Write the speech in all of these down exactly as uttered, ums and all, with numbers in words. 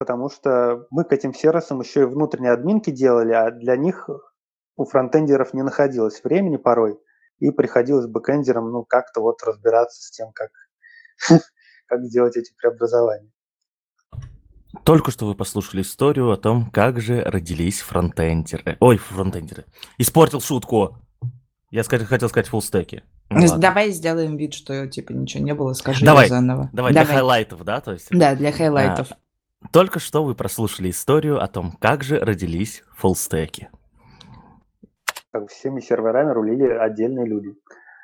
потому что мы к этим сервисам еще и внутренние админки делали, а для них у фронтендеров не находилось времени порой, и приходилось бэкэндерам, ну, как-то вот разбираться с тем, как, как сделать эти преобразования. Только что вы послушали историю о том, как же родились фронтендеры. Ой, фронтендеры. Испортил шутку. Я скажу, хотел сказать фуллстеки. Ну, ладно. Давай сделаем вид, что типа ничего не было, скажи Давай, её заново. давай, для хайлайтов, да? То есть, Да, для хайлайтов. а, только что вы прослушали историю о том, как же родились фуллстеки. Как всеми серверами рулили отдельные люди.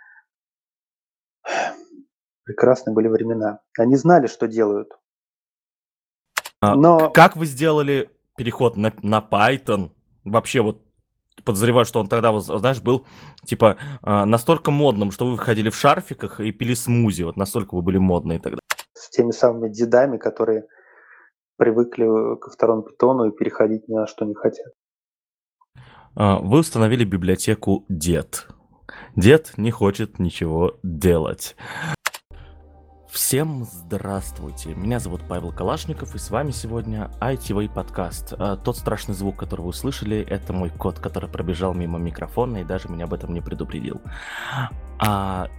Прекрасные были времена. Они знали, что делают. А, Но... Как вы сделали переход на, на Python? Вообще вот подозреваю, что он тогда, знаешь, был типа настолько модным, что вы выходили в шарфиках и пили смузи. Вот настолько вы были модные тогда. С теми самыми дедами, которые привыкли ко второму питону и переходить ни на что не хотят. Вы установили библиотеку дед. Дед не хочет ничего делать. Всем здравствуйте, меня зовут Павел Калашников, и с вами сегодня ай ти вей подкаст. Тот страшный звук, который вы услышали, это мой кот, который пробежал мимо микрофона и даже меня об этом не предупредил. А...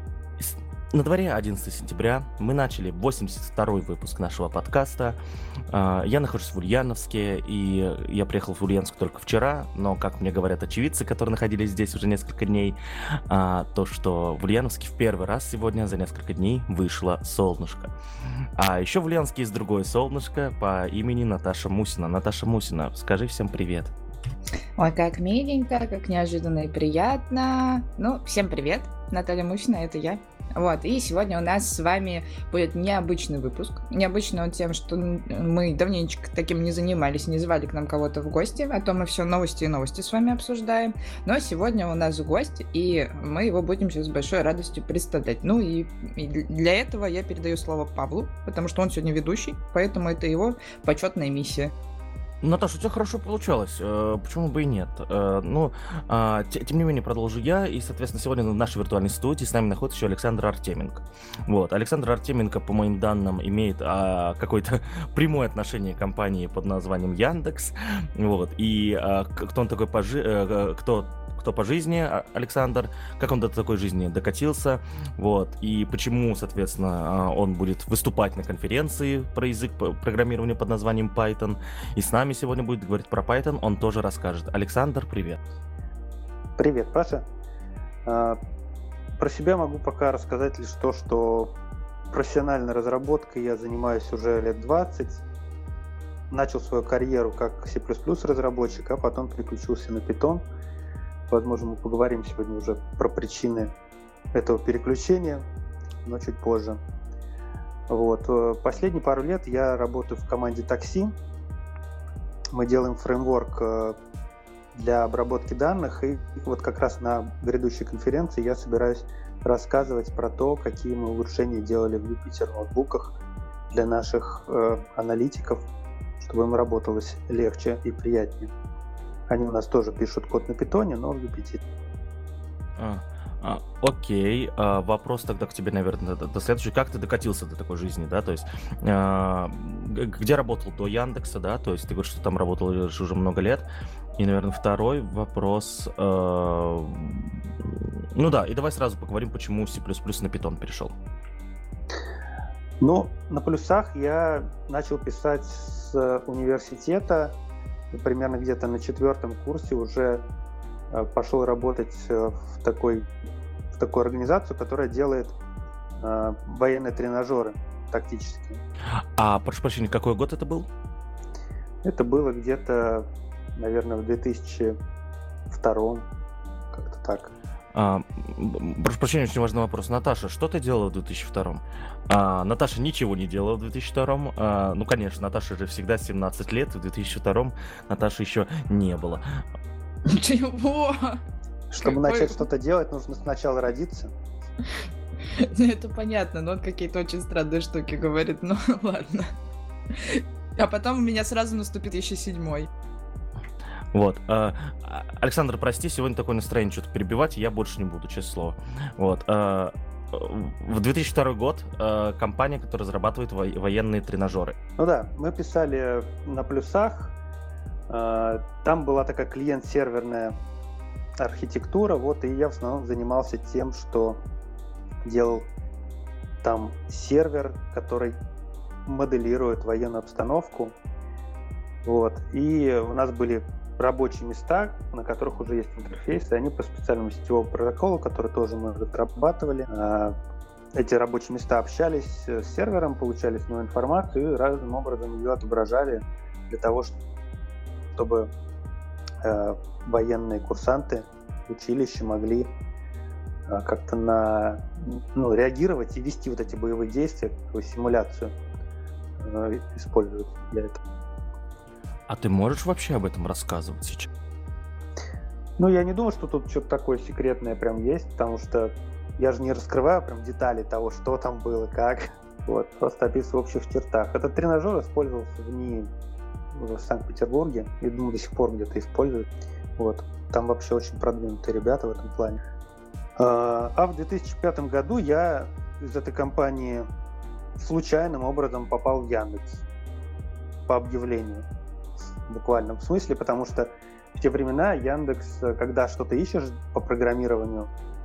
На дворе одиннадцатого сентября, мы начали восемьдесят второй выпуск нашего подкаста. Я нахожусь в Ульяновске, и я приехал в Ульяновск только вчера, но, как мне говорят очевидцы, которые находились здесь уже несколько дней, то, что в Ульяновске в первый раз сегодня за несколько дней вышло солнышко. А еще в Ульяновске есть другое солнышко по имени Наташа Мусина. Наташа Мусина, скажи всем привет. Ой, как миленько, как неожиданно и приятно. Ну, всем привет, Наталья Мусина, это я. Вот, и сегодня у нас с вами будет необычный выпуск. Необычный он тем, что мы давненько таким не занимались, не звали к нам кого-то в гости, а то мы все новости и новости с вами обсуждаем. Но сегодня у нас гость, и мы его будем сейчас с большой радостью представлять. Ну и, и для этого я передаю слово Павлу, потому что он сегодня ведущий, поэтому это его почетная миссия. Наташа, у тебя хорошо получалось, э, почему бы и нет. Э, ну, э, т- тем не менее, продолжу я, и, соответственно, сегодня в нашей виртуальной студии с нами находится еще Александр Артеменко. Вот, Александр Артеменко, по моим данным, имеет э, какое-то прямое отношение к компании под названием Яндекс. Вот, и э, кто он такой по жи- э, кто кто по жизни, Александр, как он до такой жизни докатился, вот, и почему, соответственно, он будет выступать на конференции про язык программирования под названием Python, и с нами сегодня будет говорить про Python, он тоже расскажет. Александр, привет. Привет, Паша. Про себя могу пока рассказать лишь то, что профессиональной разработкой я занимаюсь уже лет двадцать, начал свою карьеру как C++ разработчик, а потом переключился на Python. Возможно, мы поговорим сегодня уже про причины этого переключения, но чуть позже. Вот. Последние пару лет я работаю в команде Такси. Мы делаем фреймворк для обработки данных, и вот как раз на грядущей конференции я собираюсь рассказывать про то, какие мы улучшения делали в Юпитер ноутбуках для наших э, аналитиков, чтобы им работалось легче и приятнее. Они у нас тоже пишут код на питоне, но в Юпитере. А, а, окей, а, вопрос тогда к тебе, наверное, до, до следующего. Как ты докатился до такой жизни, да? То есть, а, где работал до Яндекса, да? То есть ты говоришь, что там работал уже много лет. И, наверное, второй вопрос. А, ну да, и давай сразу поговорим, почему C++ на Python перешел. Ну, на плюсах я начал писать с университета. Примерно где-то на четвертом курсе уже э, пошел работать э, в, такой, в такую организацию, которая делает э, военные тренажеры тактические. А, прошу прощения, какой год это был? Это было где-то, наверное, в две тысячи втором, как-то так. А, прошу прощения, очень важный вопрос. Наташа, что ты делала в две тысячи втором? А, Наташа ничего не делала в две тысячи втором. А, ну, конечно, Наташа же всегда семнадцать лет, в две тысячи втором Наташи еще не было. Чего? Чтобы Какой... начать что-то делать, нужно сначала родиться. Это понятно, но он какие-то очень странные штуки говорит, ну ладно. А потом у меня сразу наступит еще седьмой. Вот. Александр, прости, сегодня такое настроение что-то перебивать, я больше не буду, честное слово. Вот. в две тысячи второй год э, компания, которая разрабатывает во- военные тренажеры. Ну да, мы писали на плюсах. Э, там была такая клиент-серверная архитектура, вот, и я в основном занимался тем, что делал там сервер, который моделирует военную обстановку. Вот. И у нас были рабочие места, на которых уже есть интерфейсы, они по специальному сетевому протоколу, который тоже мы разрабатывали. Эти рабочие места общались с сервером, получали с него информацию и разным образом ее отображали для того, чтобы военные курсанты училища могли как-то на, ну, реагировать и вести вот эти боевые действия, такую симуляцию э, использовать для этого. А ты можешь вообще об этом рассказывать сейчас? Ну, я не думаю, что тут что-то такое секретное прям есть, потому что я же не раскрываю прям детали того, что там было, как. Вот, просто описываю в общих чертах. Этот тренажер использовался в НИИ в Санкт-Петербурге, и, думаю, до сих пор где-то используют. Вот. Там вообще очень продвинутые ребята в этом плане. А в две тысячи пятом году я из этой компании случайным образом попал в Яндекс по объявлению, в буквальном смысле, потому что в те времена Яндекс, когда что-то ищешь по программированию,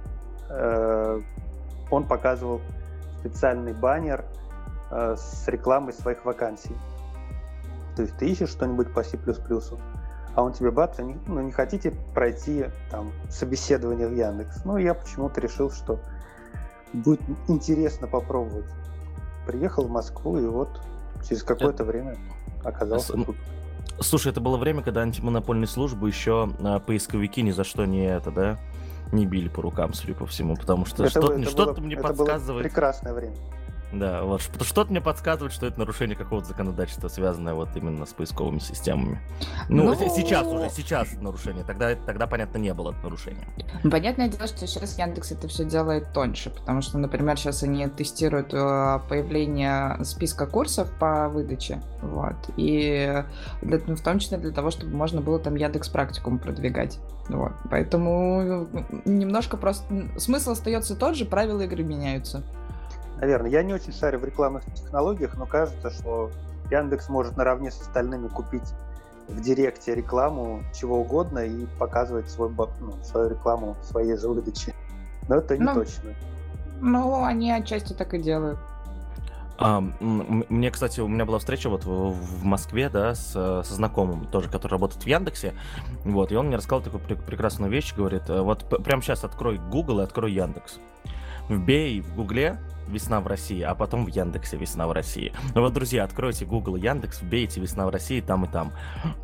он показывал специальный баннер с рекламой своих вакансий. То есть ты ищешь что-нибудь по C++, а он тебе бац, не, ну, не хотите пройти там собеседование в Яндекс. Ну, я почему-то решил, что будет интересно попробовать. Приехал в Москву, и вот через какое-то это... время оказался это... тут. Слушай, это было время, когда антимонопольные службы еще а, поисковики ни за что не это, да, не били по рукам, судя по всему, потому что это, что-то, это что-то было, мне это подсказывает. Было прекрасное время. Да, вот что-то мне подсказывает, что это нарушение какого-то законодательства, связанное вот именно с поисковыми системами. Ну, ну... сейчас уже, сейчас нарушение. Тогда, тогда, понятно, не было нарушения. Понятное дело, что сейчас Яндекс это все делает тоньше, потому что, например, сейчас они тестируют появление списка курсов по выдаче, вот, и для, ну, в том числе для того, чтобы можно было там Яндекс практикум продвигать. Вот. Поэтому немножко просто смысл остается тот же, правила игры меняются. Наверное. Я не очень шарю в рекламных технологиях, но кажется, что Яндекс может наравне с остальными купить в Директе рекламу чего угодно и показывать свой, ну, свою рекламу в своей же выдаче. Но это не ну, точно. Ну, они отчасти так и делают. А, мне, кстати, у меня была встреча вот в, в Москве, да, с, со знакомым, тоже, который работает в Яндексе, вот, и он мне рассказал такую пр- прекрасную вещь, говорит, вот п- прямо сейчас открой Google и открой Яндекс. Вбей в Гугле «Весна в России», а потом в Яндексе «Весна в России». Ну вот, друзья, откройте Google и Яндекс, вбейте «Весна в России» там и там.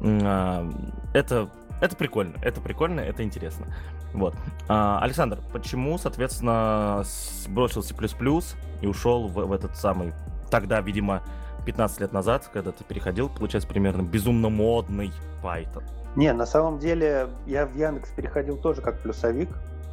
Это, это прикольно, это прикольно, это интересно. Вот. Александр, почему, соответственно, бросил C++ и ушел в, в этот самый, тогда, видимо, пятнадцать лет назад, когда ты переходил, получается, примерно безумно модный Python? Не, на самом деле, я в Яндекс переходил тоже как плюсовик,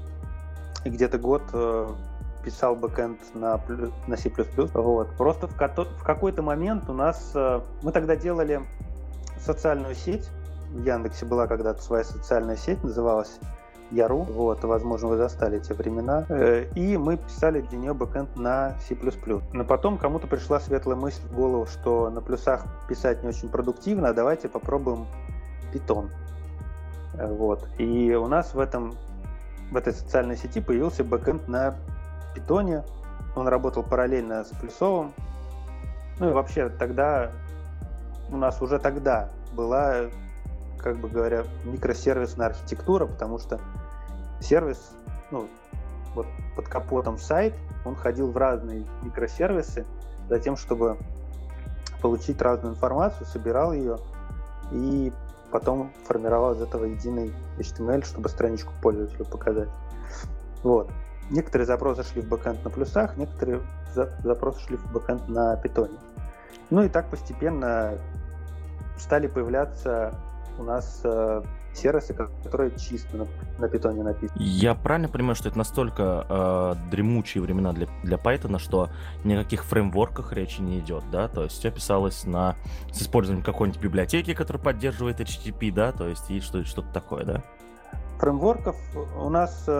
и где-то год писал бэкэнд на, на C++. Вот. Просто в, ко- в какой-то момент у нас... Мы тогда делали социальную сеть. В Яндексе была когда-то своя социальная сеть, называлась Яру. Вот, возможно, вы застали эти времена. И мы писали для нее бэкэнд на C++. Но потом кому-то пришла светлая мысль в голову, что на плюсах писать не очень продуктивно, а давайте попробуем Python. Вот. И у нас в этом в этой социальной сети появился бэкэнд на Питоне, он работал параллельно с плюсовым. Ну и вообще тогда, у нас уже тогда была, как бы говоря, микросервисная архитектура, потому что сервис, ну, вот под капотом сайт, он ходил в разные микросервисы за тем, чтобы получить разную информацию, собирал ее и потом формировал из этого единый эйч ти эм эль, чтобы страничку пользователю показать. Вот. Некоторые запросы шли в бэкэнд на плюсах, некоторые за- запросы шли в бэкэнд на питоне. Ну и так постепенно стали появляться у нас э, сервисы, которые чисто на, на питоне написаны. Я правильно понимаю, что это настолько э, дремучие времена для, для Python, что ни о каких фреймворках речи не идет, да? То есть все писалось на, с использованием какой-нибудь библиотеки, которая поддерживает эйч ти ти пи, да? То есть и что, что-то такое, да? Фреймворков у нас э,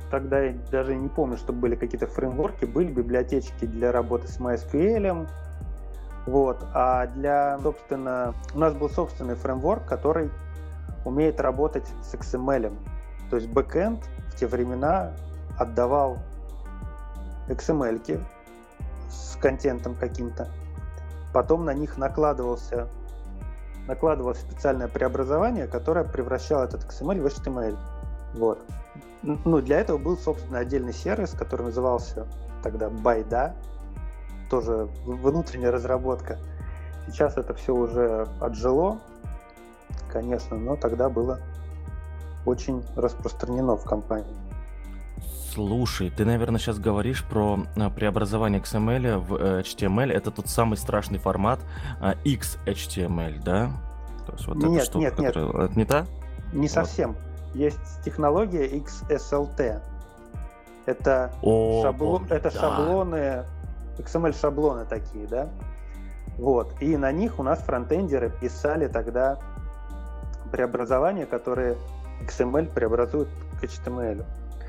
тогда я даже не помню, что были какие-то фреймворки, были библиотечки для работы с MySQL. Вот. А для, собственно, у нас был собственный фреймворк, который умеет работать с икс эм эль. То есть бэкэнд в те времена отдавал икс эм эль-ки с контентом каким-то. Потом на них накладывался, накладывалось специальное преобразование, которое превращало этот икс эм эль в эйч ти эм эль. Вот. Ну, для этого был, собственно, отдельный сервис, который назывался тогда Байда, тоже внутренняя разработка. Сейчас это все уже отжило, конечно, но тогда было очень распространено в компании. Слушай, ты, наверное, сейчас говоришь про а, преобразование икс эм эль в э, эйч ти эм эль. Это тот самый страшный формат а, икс эйч ти эм эль, да? То есть вот нет, эта штука, нет, нет. которая... Это не та? Не Вот. совсем. Есть технология икс эс эл ти. Это, О, шабло... помню, это да. шаблоны, икс эм эль-шаблоны такие, да? Вот. И на них у нас фронтендеры писали тогда преобразования, которые икс эм эль преобразуют к эйч ти эм эль.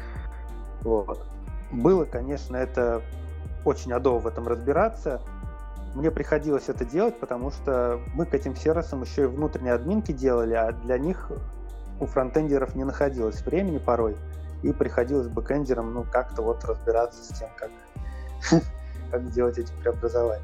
Вот. Было, конечно, это очень адово в этом разбираться. Мне приходилось это делать, потому что мы к этим сервисам еще и внутренние админки делали, а для них у фронтендеров не находилось времени порой, и приходилось бэкэндерам ну, как-то вот разбираться с тем, как, как делать эти преобразования.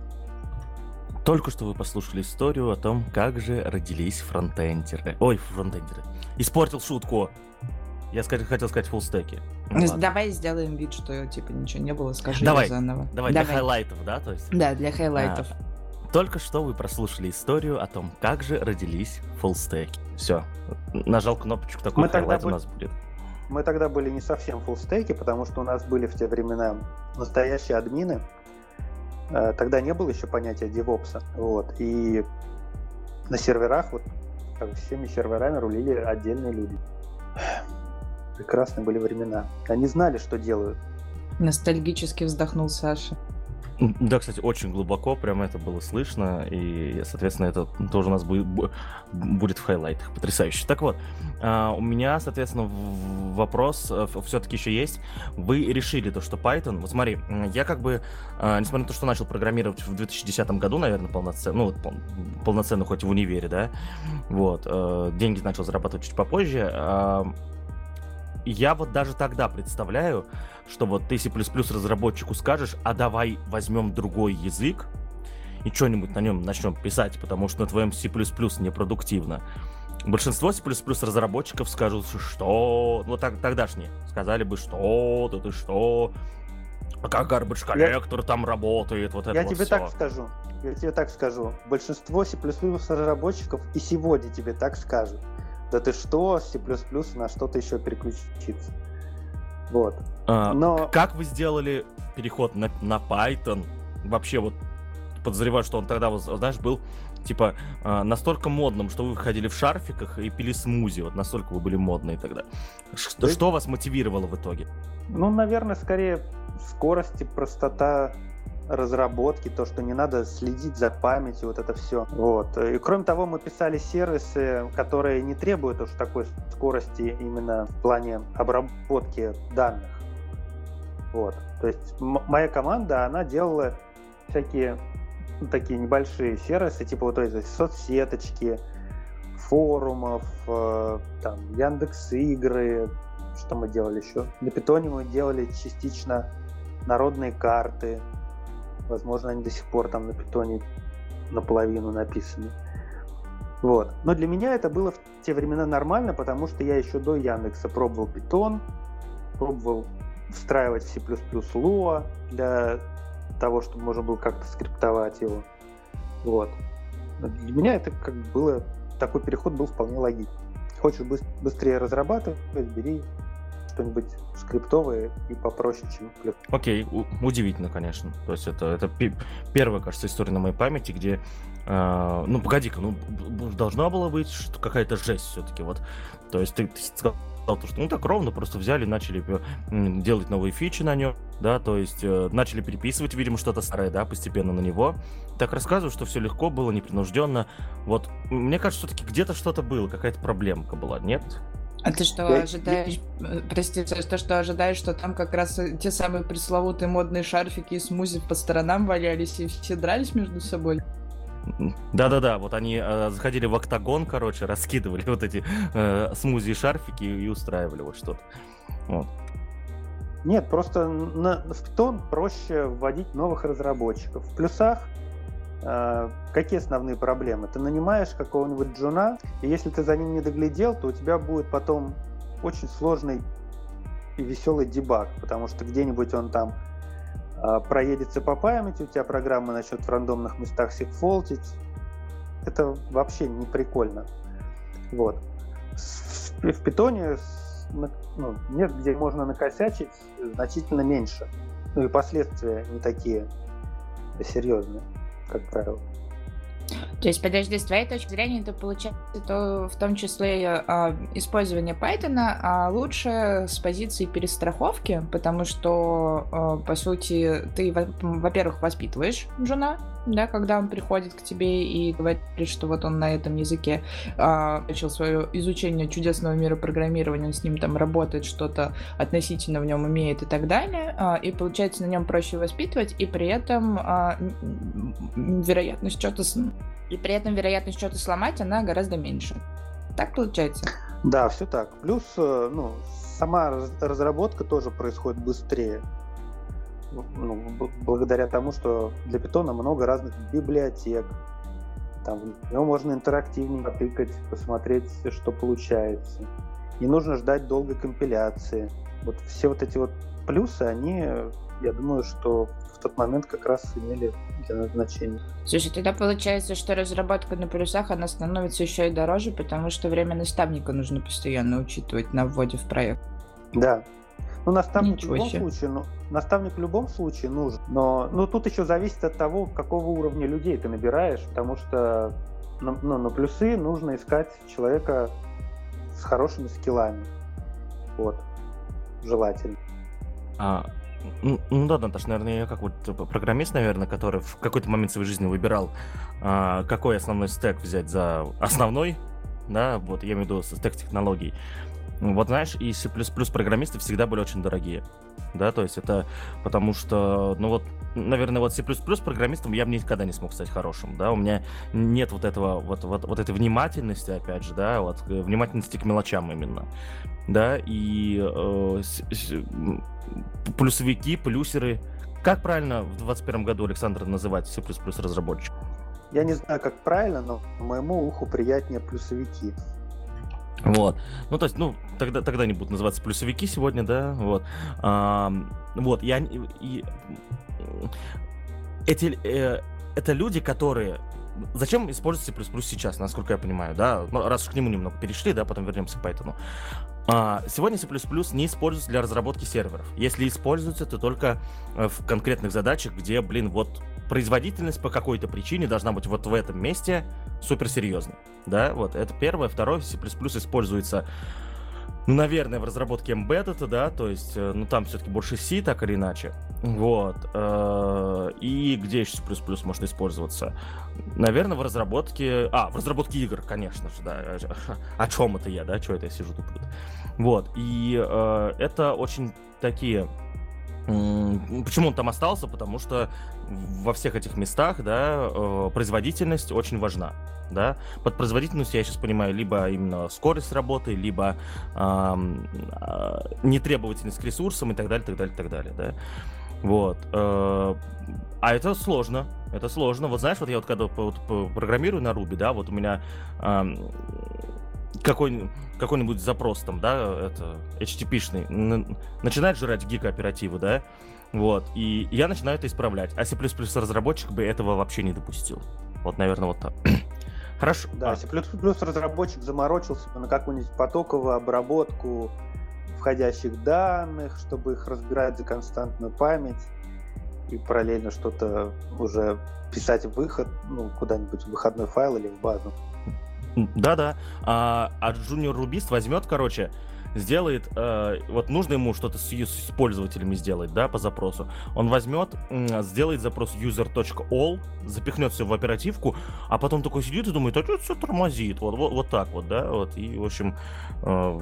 Только что вы послушали историю о том, как же родились фронтендеры. Ой, фронтендеры. Испортил шутку. Я сказать, хотел сказать фуллстеки. Ну, ладно. Давай сделаем вид, что типа ничего не было, скажи Давай, заново. Давай, для хайлайтов, да? То есть? Да, для хайлайтов. А, только что вы прослушали историю о том, как же родились фуллстеки. Все. Нажал кнопочку, такой Мы хайлайт тогда у нас будет. Мы тогда были не совсем фуллстеки, потому что у нас были в те времена настоящие админы. Тогда не было еще понятия девопса. Вот. И на серверах, вот как всеми серверами рулили отдельные люди. Прекрасные были времена. Они знали, что делают. Ностальгически вздохнул Саша. Да, кстати, очень глубоко, прямо это было слышно, и, соответственно, это тоже у нас будет, будет в хайлайтах. Потрясающе. Так вот, у меня, соответственно, вопрос все-таки еще есть. Вы решили то, что Python... Вот смотри, я как бы, несмотря на то, что начал программировать в две тысячи десятом году, наверное, полноценно, ну, полноценно хоть в универе, да, вот, деньги начал зарабатывать чуть попозже, я вот даже тогда представляю, что вот ты C++ разработчику скажешь, а давай возьмем другой язык и что-нибудь на нем начнем писать, потому что на твоем C++ непродуктивно. Большинство C++ разработчиков скажут, что... Ну, так, тогдашние сказали бы, что да ты что, а как garbage collector я... там работает, вот это я вот тебе все. так скажу, я тебе так скажу. Большинство C++ разработчиков и сегодня тебе так скажут. Да ты что, C++ на что-то еще переключиться. Вот. А, Но... Как вы сделали переход на, на Python? Вообще вот подозреваю, что он тогда, вот, знаешь, был типа настолько модным, что вы ходили в шарфиках и пили смузи. Вот настолько вы были модные тогда. Что, что вас мотивировало в итоге? Ну, наверное, скорее скорость и простота разработки, то, что не надо следить за памятью, вот это все. Вот. И кроме того, мы писали сервисы, которые не требуют уж такой скорости именно в плане обработки данных. Вот. То есть м- моя команда, она делала всякие ну, такие небольшие сервисы, типа вот эти соцсеточки, форумов, э, там, Яндекс.Игры, что мы делали еще? На питоне мы делали частично народные карты. Возможно, они до сих пор там на питоне наполовину написаны. Вот. Но для меня это было в те времена нормально, потому что я еще до Яндекса пробовал питон, пробовал встраивать в C++ Lua для того, чтобы можно было как-то скриптовать его. Вот. Для меня это как бы было... Такой переход был вполне логичен. Хочешь быстрее разрабатывать, бери что-нибудь скриптовое и попроще, чем клип. Окей, у- удивительно, конечно. То есть это, это пи- первая, кажется, история на моей памяти, где, э, ну, погоди-ка, ну, б- б- должна была быть что- какая-то жесть все-таки, вот. То есть ты, ты сказал, то, что ну так ровно просто взяли, начали э, м, делать новые фичи на нем, да, то есть э, начали переписывать, видимо, что-то старое, да, постепенно на него. Так рассказываю, что все легко было, непринужденно. Вот, мне кажется, все-таки где-то что-то было, какая-то проблемка была, нет? А ты что, Я- ожидаешь, э, прости, Саш, ты что, ожидаешь, что там как раз э, те самые пресловутые модные шарфики и смузи по сторонам валялись и все дрались между собой? М, Да-да-да, вот они э, заходили в октагон, короче, раскидывали вот эти э, смузи и шарфики и устраивали вот что-то. Вот. Нет, просто на, в Python проще вводить новых разработчиков. В плюсах э, какие основные проблемы? Ты нанимаешь какого-нибудь джуна, и если ты за ним не доглядел, то у тебя будет потом очень сложный и веселый дебаг, потому что где-нибудь он там э, проедется по памяти, у тебя программа начнет в рандомных местах сигфолтить. Это вообще не прикольно. Вот. С- В, в Python с- на- ну, мест, где можно накосячить, значительно меньше. Ну и последствия не такие серьезные, как правило. То есть, подожди, с твоей точки зрения, это получается то, в том числе а, использование Python а лучше с позиции перестраховки, потому что, а, по сути, ты, во- во-первых, воспитываешь джуна, да, когда он приходит к тебе и говорит, что вот он на этом языке а, начал свое изучение чудесного мира программирования, он с ним там работает, что-то относительно в нем умеет и так далее, а, и получается на нем проще воспитывать, и при этом а, м, м, вероятность что-то с- и при этом вероятность что-то сломать, она гораздо меньше. Так получается? Да, все так. Плюс, э, ну, сама раз- разработка тоже происходит быстрее. Ну, б- благодаря тому, что для Python много разных библиотек. Там в него можно интерактивнее потыкать, посмотреть, что получается. Не нужно ждать долгой компиляции. Вот все вот эти вот плюсы, они, я думаю, что в тот момент как раз имели для нас значение. Слушай, тогда получается, что разработка на плюсах, она становится еще и дороже, потому что время наставника нужно постоянно учитывать на вводе в проект. Да. Ну, наставник Ничего в любом себе. случае, ну, наставник в любом случае нужен, но ну, тут еще зависит от того, какого уровня людей ты набираешь, потому что ну, ну, на плюсы нужно искать человека с хорошими скиллами. Вот. Желательно. А, ну, ну да, Наташ, наверное, я как вот типа, программист, наверное, который в какой-то момент своей жизни выбирал, а, какой основной стек взять за основной, да, вот я имею в виду стек технологий. Вот знаешь, и C++ программисты всегда были очень дорогие, да, то есть это потому что, ну вот, наверное, вот C++ программистом я бы никогда не смог стать хорошим, да, у меня нет вот этого, вот, вот, вот этой внимательности, опять же, да, вот, э, внимательности к мелочам именно, да, и э, с- с- м, плюсовики, плюсеры, как правильно в двадцать первом году, Александр, называть C++ разработчик? Я не знаю, как правильно, но моему уху приятнее плюсовики. Вот. Ну, то есть, ну, тогда, тогда они будут называться плюсовики сегодня, да, вот. Ам, вот, я... И, и, эти, э, это люди, которые... Зачем использовать C++ сейчас, насколько я понимаю, да? Ну, раз уж к нему немного перешли, да, потом вернемся к Python. А, сегодня C++ не используется для разработки серверов. Если используется, то только э, в конкретных задачах, где, блин, вот производительность по какой-то причине должна быть вот в этом месте суперсерьезной. Да, вот это первое. Второе, C++ используется, ну, наверное, в разработке embedded, да, то есть, э, ну, там все-таки больше C, так или иначе. Вот. э, И где еще C++ может использоваться? Наверное, в разработке... А, в разработке игр, конечно же, да. О чем это я, да? Чего это я сижу тут? Вот. И э, это очень такие... м, Почему он там остался? Потому что во всех этих местах, да, э, производительность очень важна. Да? Под производительностью я сейчас понимаю либо именно скорость работы, либо ам, а, нетребовательность к ресурсам и так далее, так далее, так далее, да. Вот. э, А это сложно. Это сложно. Вот знаешь, вот я вот когда по- вот по- программирую на Ruby, да, вот у меня ам, какой, какой-нибудь запрос там, да, это эйч ти ти-шный, н- начинает жрать гига оперативы, да, вот, и я начинаю это исправлять. А C++ разработчик бы этого вообще не допустил. Вот, наверное, вот так. Хорошо. Да, А, C++ разработчик заморочился бы на какую-нибудь потоковую обработку входящих данных, чтобы их разбирать за константную память и параллельно что-то уже писать в выход, ну, куда-нибудь в выходной файл или в базу. Да-да. А, а джуниор рубист возьмет, короче, сделает, э, вот нужно ему что-то с, ю- с пользователями сделать, да, по запросу. Он возьмет, м, сделает запрос user.all, запихнет все в оперативку, а потом такой сидит и думает, а что это все тормозит, вот, вот, вот так вот, да, вот, и, в общем, э,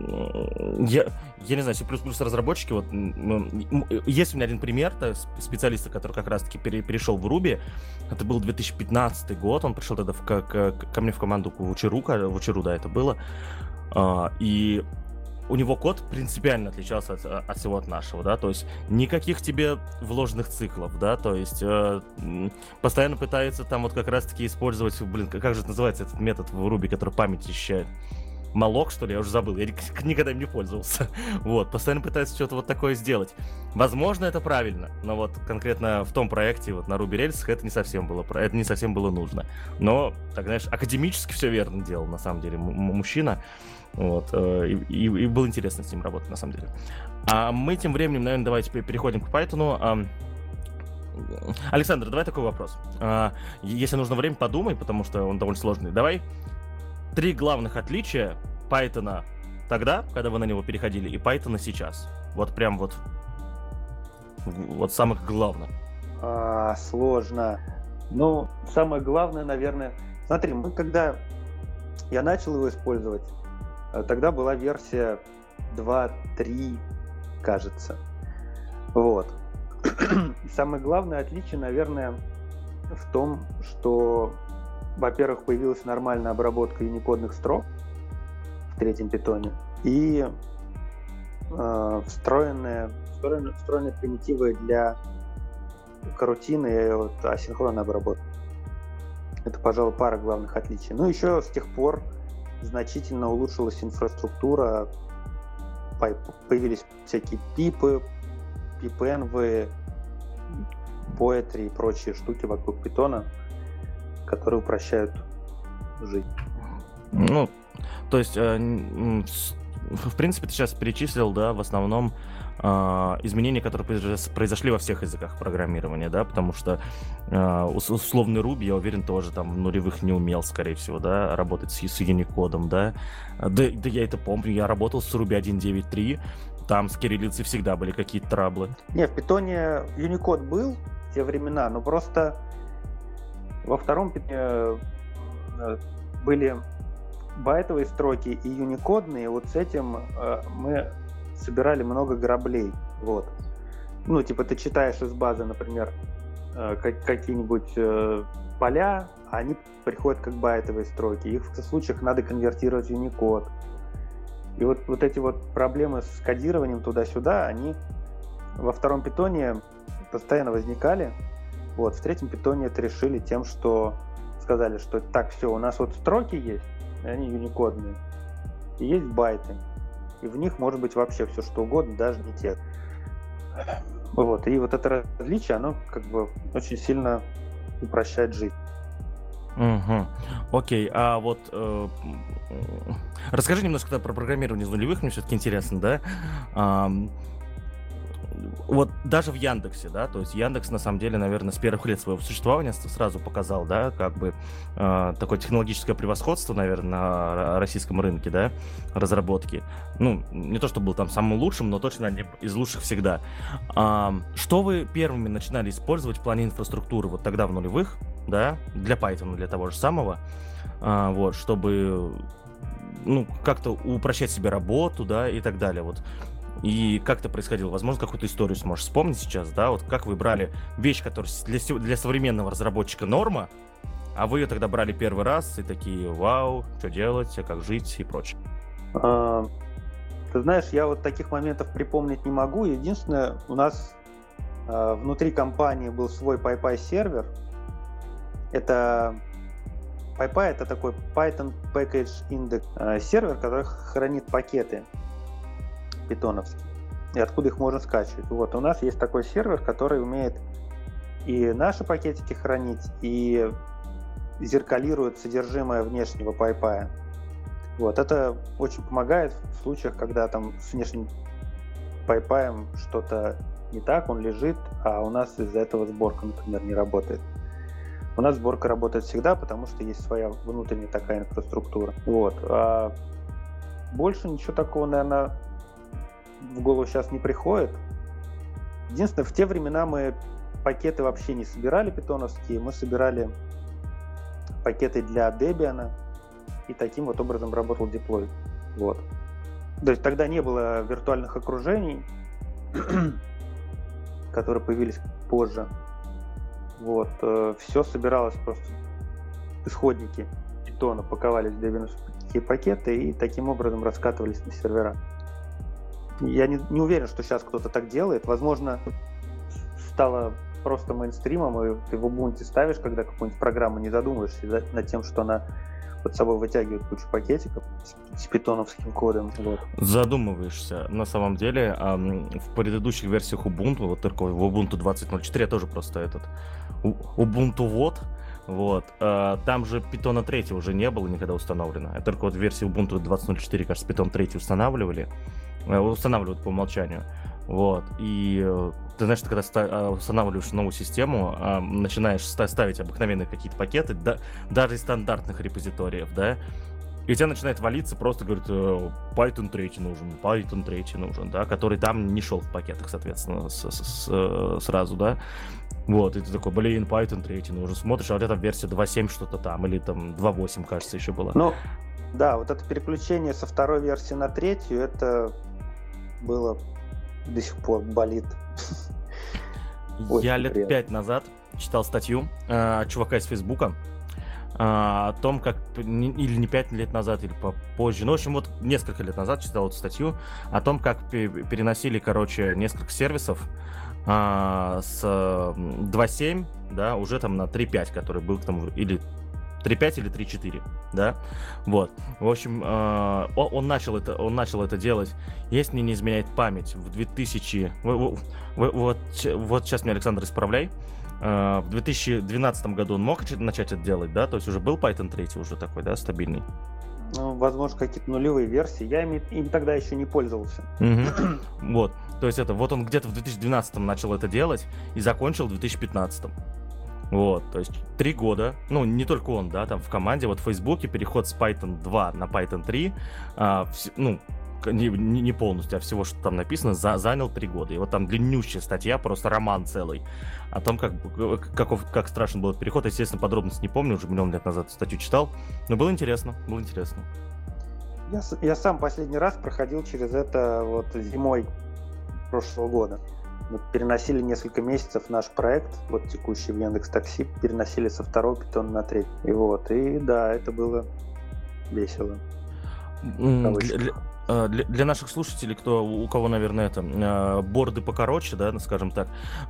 я, я не знаю, C++ разработчики, вот, м, м, есть у меня один пример то, с- специалиста, который как раз-таки пере- перешел в Ruby, это был две тысячи пятнадцатый год, он пришел тогда в, к- к- ко мне в команду в Учеру, ка- в Учеру, да, это было, а, и у него код принципиально отличался от, от всего от нашего, да, то есть никаких тебе вложенных циклов, да, то есть э, м, постоянно пытается там вот как раз-таки использовать, блин, как как же это называется этот метод в Ruby, который память ощущает? Малок, что ли, я уже забыл, я ник- никогда им не пользовался. Вот, постоянно пытается что-то вот такое сделать. Возможно, это правильно, но вот конкретно в том проекте, вот на Ruby Rails, это не совсем было, про- это не совсем было нужно. Но, так знаешь, академически все верно делал, на самом деле, м- м- мужчина. Вот, э, и, и- и было интересно с ним работать, на самом деле. А мы тем временем, наверное, давайте пе- переходим к Python. Ам, Александр, давай такой вопрос. А, Если нужно время, подумай, потому что он довольно сложный. Давай три главных отличия Python тогда, когда вы на него переходили, и Python сейчас. Вот прям вот, вот самых главных. А, сложно. Ну, самое главное, наверное... Смотри, мы когда я начал его использовать, э, тогда была версия два точка три, кажется. Вот. И самое главное отличие, наверное, в том, что, во-первых, появилась нормальная обработка юникодных строк в третьем питоне и э, встроенные, встроенные, встроенные примитивы для карутины и вот, асинхронной обработки. Это, пожалуй, пара главных отличий. Ну, еще с тех пор значительно улучшилась инфраструктура, появились всякие пипы, пип-энвы, поэтри и прочие штуки вокруг питона, которые упрощают жизнь. Ну, то есть, э, м, с- в принципе, ты сейчас перечислил, да, в основном э, изменения, которые произош- произошли во всех языках программирования, да, потому что э, ус- условный Ruby, я уверен, тоже там в нулевых не умел, скорее всего, да, работать с, с Unicode, да. Да, да я это помню, я работал с Ruby один точка девять точка три, там с кириллицей всегда были какие-то траблы. Не, в питоне Unicode был в те времена, но просто во втором питоне э, были байтовые строки и юникодные. Вот с этим э, мы собирали много граблей. Вот. Ну, типа ты читаешь из базы, например, э, как, какие-нибудь э, поля, а они приходят как байтовые строки. Их в случаях надо конвертировать в Unicode. И вот, вот эти вот проблемы с кодированием туда-сюда, они во втором питоне постоянно возникали. Вот. В третьем питоне это решили тем, что сказали, что так, все, у нас вот строки есть, и они юникодные, и есть байты. И в них может быть вообще все что угодно, даже не текст. Вот. И вот это различие, оно как бы очень сильно упрощает жизнь. Угу. Окей, а вот э, м, расскажи немножко тогда про программирование из нулевых, мне все-таки интересно, да? Ам, вот даже в Яндексе, да, то есть Яндекс на самом деле, наверное, с первых лет своего существования с- сразу показал, да, как бы э, такое технологическое превосходство, наверное, на ро- российском рынке, да, разработки. Ну, не то, что был там самым лучшим, но точно один из лучших всегда. Ам, что вы первыми начинали использовать в плане инфраструктуры вот тогда в нулевых, да, для Python, для того же самого, а, вот, чтобы, ну, как-то упрощать себе работу, да, и так далее, вот. И как это происходило? Возможно, какую-то историю сможешь вспомнить сейчас, да, вот как вы брали вещь, которая с- для, сё- для современного разработчика норма, а вы ее тогда брали первый раз и такие, вау, что делать, а как жить и прочее. А, Ты знаешь, я вот таких моментов припомнить не могу. Единственное, у нас а, внутри компании был свой PyPy сервер. Это PyPy — это такой Python Package Index э, сервер, который хранит пакеты питоновские, и откуда их можно скачивать. Вот, у нас есть такой сервер, который умеет и наши пакетики хранить, и зеркалирует содержимое внешнего PyPy. Вот, это очень помогает в случаях, когда там с внешним PyPy что-то не так, он лежит, а у нас из-за этого сборка, например, не работает. У нас сборка работает всегда, потому что есть своя внутренняя такая инфраструктура. Вот. А больше ничего такого, наверное, в голову сейчас не приходит. Единственное, в те времена мы пакеты вообще не собирали питоновские, мы собирали пакеты для Debian, и таким вот образом работал деплой. Вот. То есть тогда не было виртуальных окружений, которые появились позже. Вот. Все собиралось просто, исходники питона паковались в дебиановские пакеты и таким образом раскатывались на сервера. Я не, не уверен, что сейчас кто-то так делает. Возможно, стало просто мейнстримом, и ты в Ubuntu ставишь, когда какую-нибудь программу, не задумываешься над тем, что она под собой вытягивает кучу пакетиков с, с питоновским кодом. Вот. Задумываешься. На самом деле, эм, в предыдущих версиях Ubuntu, вот только в Ubuntu двадцать ноль четыре, я тоже просто этот Ubuntu вот, вот, э, там же Python три уже не было никогда установлено. Это только вот в версии Ubuntu двадцать ноль четыре, кажется, Python три устанавливали, э, устанавливают по умолчанию. Вот, и э, ты знаешь, ты когда ста- устанавливаешь новую систему, э, начинаешь ста- ставить обыкновенные какие-то пакеты, да, даже из стандартных репозиториев, да, и у тебя начинает валиться, просто говорит, э, Python три нужен, Python три нужен, да, который там не шел в пакетах, соответственно, с- с- с- сразу, да. Вот, и ты такой, блин, Python три нужен, смотришь, а вот эта версия два семь что-то там, или там два восемь, кажется, еще была. Ну, да, вот это переключение со второй версии на третью, это было... до сих пор болит. Я лет пять назад читал статью э, чувака из Фейсбука э, о том, как, не, или не пять лет назад, или попозже, ну, в общем, вот несколько лет назад читал эту статью о том, как переносили, короче, несколько сервисов э, с два семь, да, уже там на три пять, который был там, или три пять или три четыре, да, вот, в общем, э, он, он, начал это, он начал это делать, если мне не изменяет память, в две тысячи, вот, вот, вот сейчас меня, Александр, исправляй, э, в две тысячи двенадцатом году он мог начать это делать, да, то есть уже был Python три уже такой, да, стабильный? Ну, возможно, какие-то нулевые версии, я им, им тогда еще не пользовался. Угу. Вот, то есть это, вот он где-то в две тысячи двенадцатом начал это делать и закончил в две тысячи пятнадцатом. Вот, то есть три года, ну, не только он, да, там в команде, вот в Фейсбуке переход с Python два на Python три, а, вс- ну, не, не полностью, а всего, что там написано, за, занял три года. И вот там длиннющая статья, просто роман целый, о том, как, каков, как страшен был этот переход. Естественно, подробности не помню, уже миллион лет назад статью читал, но было интересно, было интересно. Я, я сам последний раз проходил через это вот зимой прошлого года. Мы переносили несколько месяцев наш проект, вот текущий в Яндекс.Такси, переносили со второго питона на третий. И вот, и да, это было весело. Для, для, для, для наших слушателей, кто, у кого, наверное, это борды покороче, да, скажем так,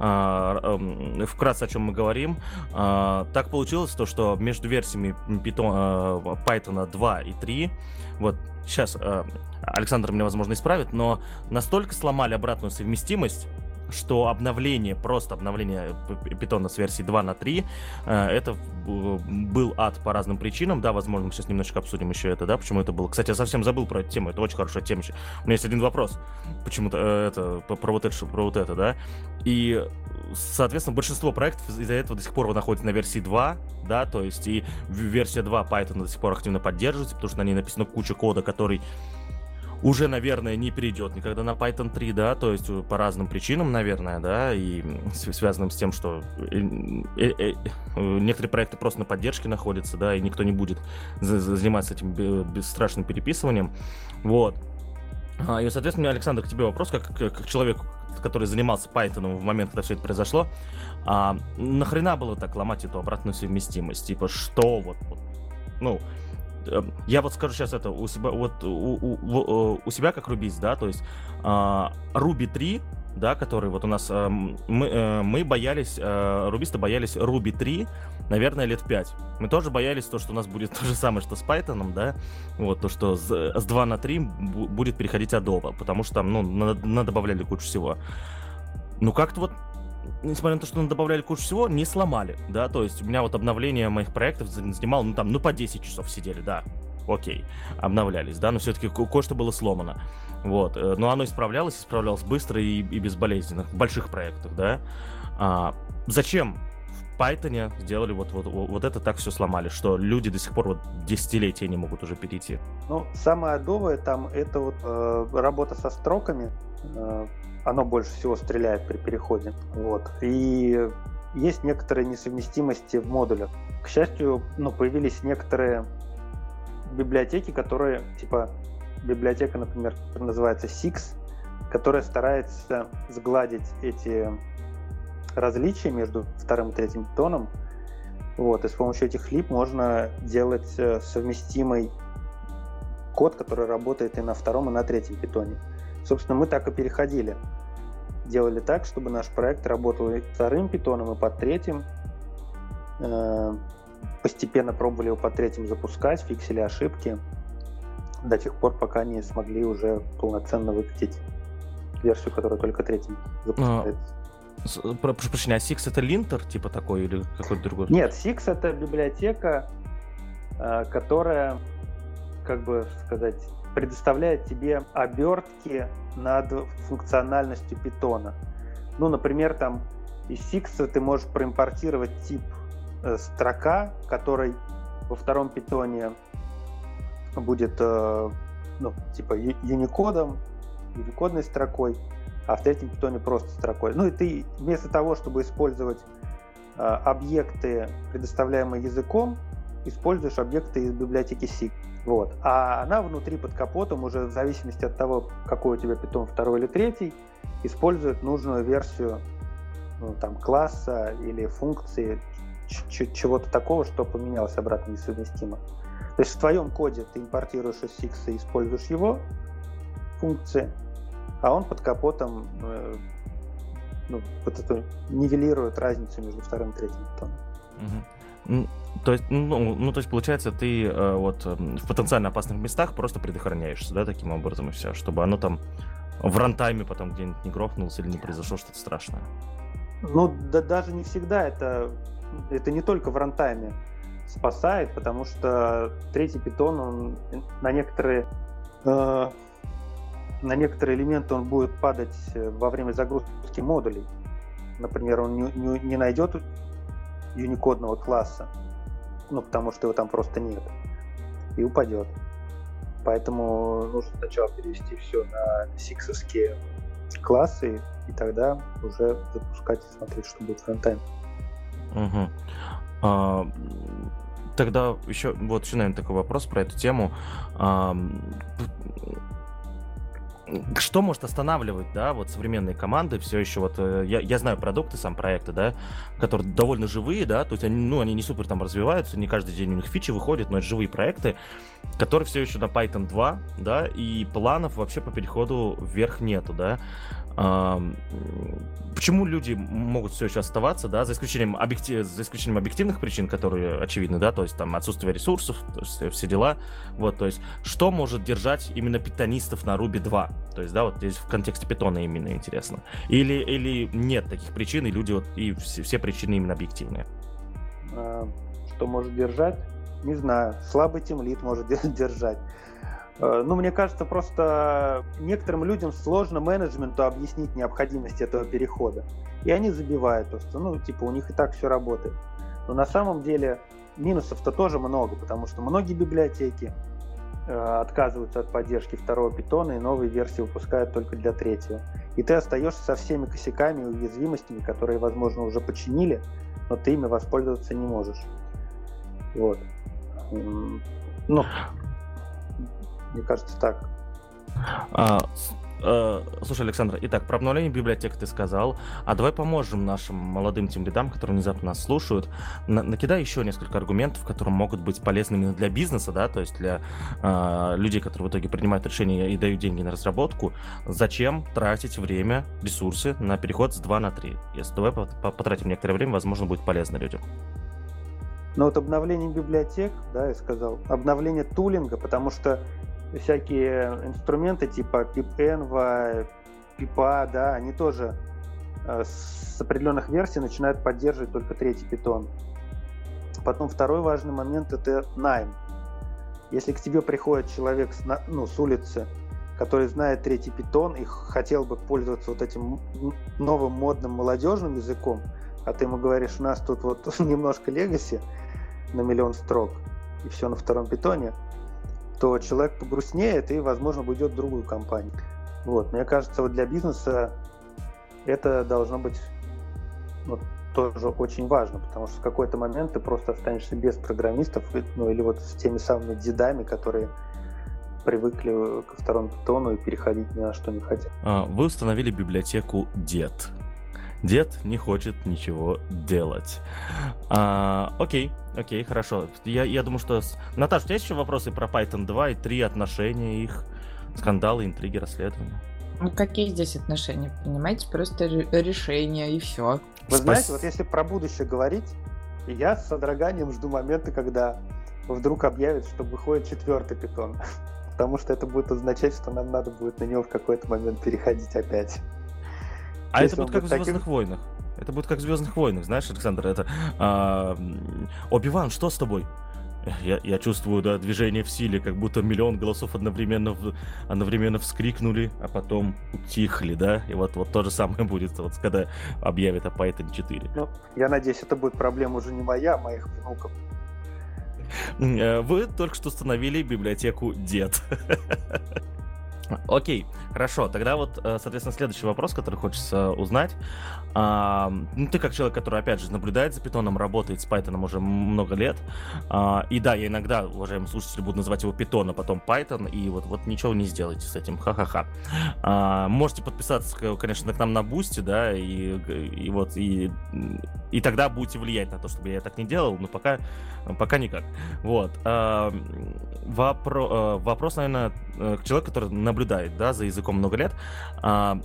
вкратце о чем мы говорим, так получилось то, что между версиями Python, Python два и три, вот сейчас Александр меня, возможно, исправит, но настолько сломали обратную совместимость, что обновление, просто обновление Python с версии два на три, это был ад по разным причинам, да, возможно, мы сейчас немножечко обсудим еще это, да, почему это было. Кстати, я совсем забыл про эту тему, это очень хорошая тема. У меня есть один вопрос, почему-то это, про вот это, про вот это, да, и, соответственно, большинство проектов из-за этого до сих пор находится на версии два, да, то есть и версия два Python до сих пор активно поддерживается, потому что на ней написана куча кода, который уже, наверное, не перейдет никогда на Python три, да, то есть по разным причинам, наверное, да, и связанным с тем, что некоторые проекты просто на поддержке находятся, да, и никто не будет заниматься этим бесстрашным переписыванием, вот. И, соответственно, Александр, к тебе вопрос, как к человеку, который занимался Python в момент, когда все это произошло, а нахрена было так ломать эту обратную совместимость, типа, что вот, вот ну... Я вот скажу сейчас это у себя, вот у, у, у себя как рубист, да, то есть uh, Ruby три, да, который вот у нас, uh, мы, uh, мы боялись, uh, рубисты боялись Ruby три, наверное, лет пять. Мы тоже боялись то, что у нас будет то же самое, что с Python, да, вот, то, что с, с два на три будет переходить Adobe, потому что там, ну, надобавляли кучу всего. Ну, как-то вот, несмотря на то, что мы добавляли кучу всего, не сломали, да, то есть у меня вот обновление моих проектов занимало, ну, там, ну, по десять часов сидели, да, окей, обновлялись, да, но все-таки ко- кое-что было сломано, вот, но оно исправлялось, исправлялось быстро и, и безболезненно в больших проектах, да. А, зачем в Python сделали вот, вот, вот это так все сломали, что люди до сих пор вот десятилетия не могут уже перейти? Ну, самое адовое там это вот э, работа со строками. Э, оно больше всего стреляет при переходе. Вот. И есть некоторые несовместимости в модулях. К счастью, ну, появились некоторые библиотеки, которые, типа библиотека, например, которая называется Six, которая старается сгладить эти различия между вторым и третьим питоном. Вот, и с помощью этих лип можно делать совместимый код, который работает и на втором, и на третьем питоне. Собственно, мы так и переходили. Делали так, чтобы наш проект работал и вторым питоном, и под третьим. Постепенно пробовали его под третьим запускать, фиксили ошибки до тех пор, пока не смогли уже полноценно выкатить версию, которая только третьим запускается. Прошу прощения, а Six это линтер типа такой или какой-то другой? Нет, Six это библиотека, которая, как бы сказать, предоставляет тебе обертки над функциональностью питона. Ну, например, там из Six ты можешь проимпортировать тип э, строка, который во втором питоне будет э, ну, типа юникодом, юникодной строкой, а в третьем питоне просто строкой. Ну и ты вместо того, чтобы использовать э, объекты, предоставляемые языком, используешь объекты из библиотеки Six. Вот. А она внутри под капотом уже в зависимости от того, какой у тебя питон, второй или третий, использует нужную версию ну, там, класса или функции, ч- чего-то такого, что поменялось обратно несовместимо. То есть в твоем коде ты импортируешь из Six и используешь его функции, а он под капотом э, ну, вот это, нивелирует разницу между вторым и третьим питоном. Угу. То есть, ну, ну, то есть, получается, ты э, вот в потенциально опасных местах просто предохраняешься, да, таким образом и все, чтобы оно там в рантайме потом где-нибудь не грохнулось или не произошло что-то страшное. Ну, да, даже не всегда это, это не только в рантайме спасает, потому что третий питон, он на некоторые э, на некоторые элементы он будет падать во время загрузки модулей. Например, он не, не, не найдет юникодного класса, ну, потому что его там просто нет, и упадет. Поэтому нужно сначала перевести все на сиксовские классы, и тогда уже запускать и смотреть, что будет в рантайме. Угу. А, тогда еще, вот еще, наверное, такой вопрос про эту тему. А, что может останавливать, да, вот современные команды все еще вот, я, я знаю продукты, сам проекты, да, которые довольно живые, да, то есть они, ну, они не супер там развиваются, не каждый день у них фичи выходят, но это живые проекты, которые все еще на Python два, да, и планов вообще по переходу вверх нету, да. А, почему люди могут все еще оставаться, да, за исключением, объектив, за исключением объективных причин, которые очевидны, да, то есть там отсутствие ресурсов, то есть все дела, вот, то есть что может держать именно питонистов на Ruby два, то есть, да, вот здесь в контексте питона именно интересно, или, или нет таких причин, и люди вот, и все, все причины именно объективные? А, что может держать? Не знаю, слабый тимлид может держать. Ну, мне кажется, просто некоторым людям сложно менеджменту объяснить необходимость этого перехода. И они забивают просто, ну, типа, у них и так все работает. Но на самом деле минусов-то тоже много, потому что многие библиотеки э, отказываются от поддержки второго питона и новые версии выпускают только для третьего. И ты остаешься со всеми косяками и уязвимостями, которые, возможно, уже починили, но ты ими воспользоваться не можешь. Вот. Ну... Мне кажется, так. А, э, слушай, Александр, итак, про обновление библиотек ты сказал, а давай поможем нашим молодым тимлидам, которые внезапно нас слушают, на- накидай еще несколько аргументов, которые могут быть полезны именно для бизнеса, да, то есть для э, людей, которые в итоге принимают решения и дают деньги на разработку. Зачем тратить время, ресурсы на переход с два на три? Если давай потратим некоторое время, возможно, будет полезно людям. Но вот обновление библиотек, да, я сказал, обновление тулинга, потому что всякие инструменты типа pipenv, pipa, да, они тоже э, с определенных версий начинают поддерживать только третий питон. Потом второй важный момент — это найм. Если к тебе приходит человек с, ну, с улицы, который знает третий питон и хотел бы пользоваться вот этим новым модным молодежным языком, а ты ему говоришь, у нас тут вот немножко легаси на миллион строк, и все на втором питоне, то человек погрустнеет и, возможно, уйдет в другую компанию. Вот. Мне кажется, вот для бизнеса это должно быть ну, тоже очень важно, потому что в какой-то момент ты просто останешься без программистов, ну или вот с теми самыми дедами, которые привыкли ко второму питону и переходить ни на что не хотят. Вы установили библиотеку дед. Дед не хочет ничего делать. А, окей, окей, хорошо. Я, я думаю, что... Наташа, у тебя есть еще вопросы про Python два и три, отношения их, скандалы, интриги, расследования? Ну, какие здесь отношения, понимаете? Просто решение и все. Вы Спас... знаете, вот если про будущее говорить, я с содроганием жду момента, когда вдруг объявят, что выходит четвертый питон. Потому что это будет означать, что нам надо будет на него в какой-то момент переходить опять. А Если это будет он как будет в «Звездных таким- войнах». Это будет как в «Звездных войнах», знаешь, Александр, это... а, м, Оби-Ван, что с тобой? Я, я чувствую, да, движение в силе, как будто миллион голосов одновременно, в- одновременно вскрикнули, а потом утихли, да? И вот, вот то же самое будет, вот, когда объявят о Python четыре. Ну, я надеюсь, это будет проблема уже не моя, а моих внуков. Э, Вы только что установили библиотеку дед. Окей, хорошо. Тогда вот, э, соответственно, следующий вопрос, который хочется узнать. А, ну, ты как человек, который, опять же, наблюдает за питоном, работает с Python уже много лет. А, и да, я иногда, уважаемые слушатели, буду называть его Python, а потом Python, и вот, вот ничего не сделаете с этим, ха-ха-ха. А, можете подписаться, к- конечно, к нам на Бусти, да, и, и вот, и, и тогда будете влиять на то, чтобы я так не делал, но пока, пока никак. Вот. А, вопро- э, вопрос, наверное, э, к человеку, который наблюдает, да, за языком много лет. А,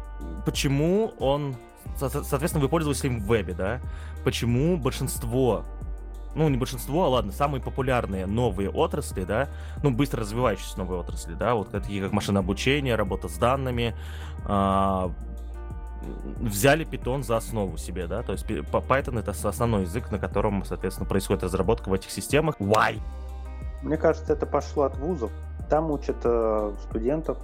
почему он... со- Соответственно, вы пользовались им в вебе, да? Почему большинство... Ну, не большинство, а ладно, самые популярные новые отрасли, да, ну, быстро развивающиеся новые отрасли, да, вот такие как машинное обучение, работа с данными, а, взяли Python за основу себе, да, то есть пи- по- Python — это основной язык, на котором, соответственно, происходит разработка в этих системах. Why? Мне кажется, это пошло от вузов. Там учат э, студентов.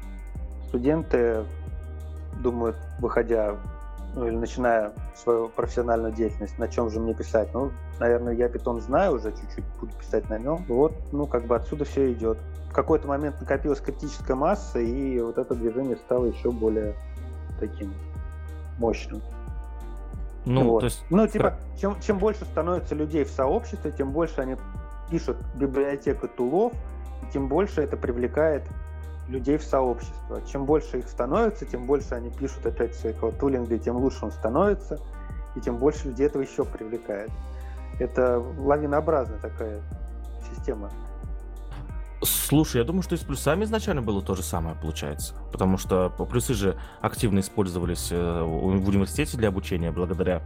Студенты думают, выходя, ну или начиная свою профессиональную деятельность, на чем же мне писать. Ну, наверное, я Python знаю уже, чуть-чуть буду писать на нем. Вот, ну, как бы отсюда все идет. В какой-то момент накопилась критическая масса, и вот это движение стало еще более таким мощным. Ну, Вот. то есть... Ну, типа, чем, чем больше становится людей в сообществе, тем больше они пишут библиотеку тулов, и тем больше это привлекает людей в сообщество. Чем больше их становится, тем больше они пишут опять всякого тулинга, и тем лучше он становится, и тем больше людей этого еще привлекает. Это лавинообразная такая система. Слушай, я думаю, что и с плюсами изначально было то же самое, получается. Потому что плюсы же активно использовались э, в университете для обучения благодаря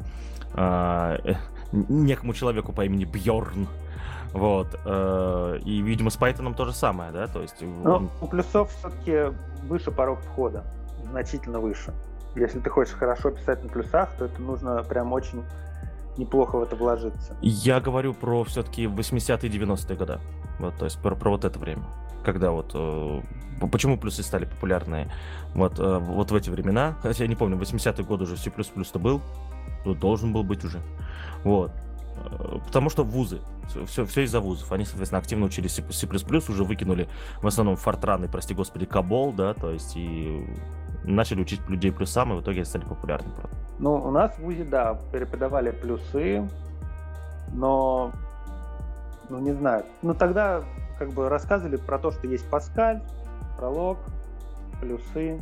э, э, некому человеку по имени Бьорн. Вот. э, И, видимо, с Python то же самое, да? То есть Но он- у плюсов все-таки выше порог входа, значительно выше. Если ты хочешь хорошо писать на плюсах, то это нужно прям очень неплохо в это вложиться. я говорю про все-таки восьмидесятые и девяностые годы. Вот, то есть про, про вот это время. Когда вот... э, п- почему плюсы стали популярны вот, э, вот в эти времена? Хотя я не помню, в восьмидесятые годы уже C++ то был. Ну, должен был быть уже. Вот. Э, Потому что вузы. Все, все из-за вузов. Они, соответственно, активно учили C++, уже выкинули в основном Fortran и, прости господи, Cabol, да, то есть и начали учить людей плюсам, и в итоге они стали популярны. просто. Ну, у нас в ВУЗе, да, преподавали плюсы, но, ну, не знаю. Ну, тогда как бы рассказывали про то, что есть Паскаль, пролог, плюсы.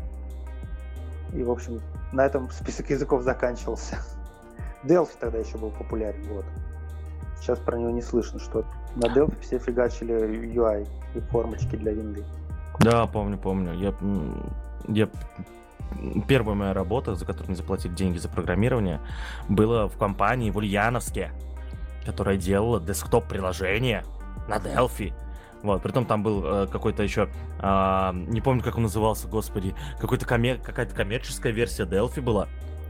И, в общем, на этом список языков заканчивался. Delphi тогда еще был популярен, вот. Сейчас про него не слышно, что на Delphi все фигачили ю ай и формочки для винды. Да, помню, помню. Я, м, я первая моя работа, за которую мне заплатили деньги за программирование, была в компании в Ульяновске, которая делала десктоп-приложение на Delphi. Вот, притом там был э, какой-то еще, а, не помню, как он назывался, господи, какой-то коммер- какая-то коммерческая версия Delphi была.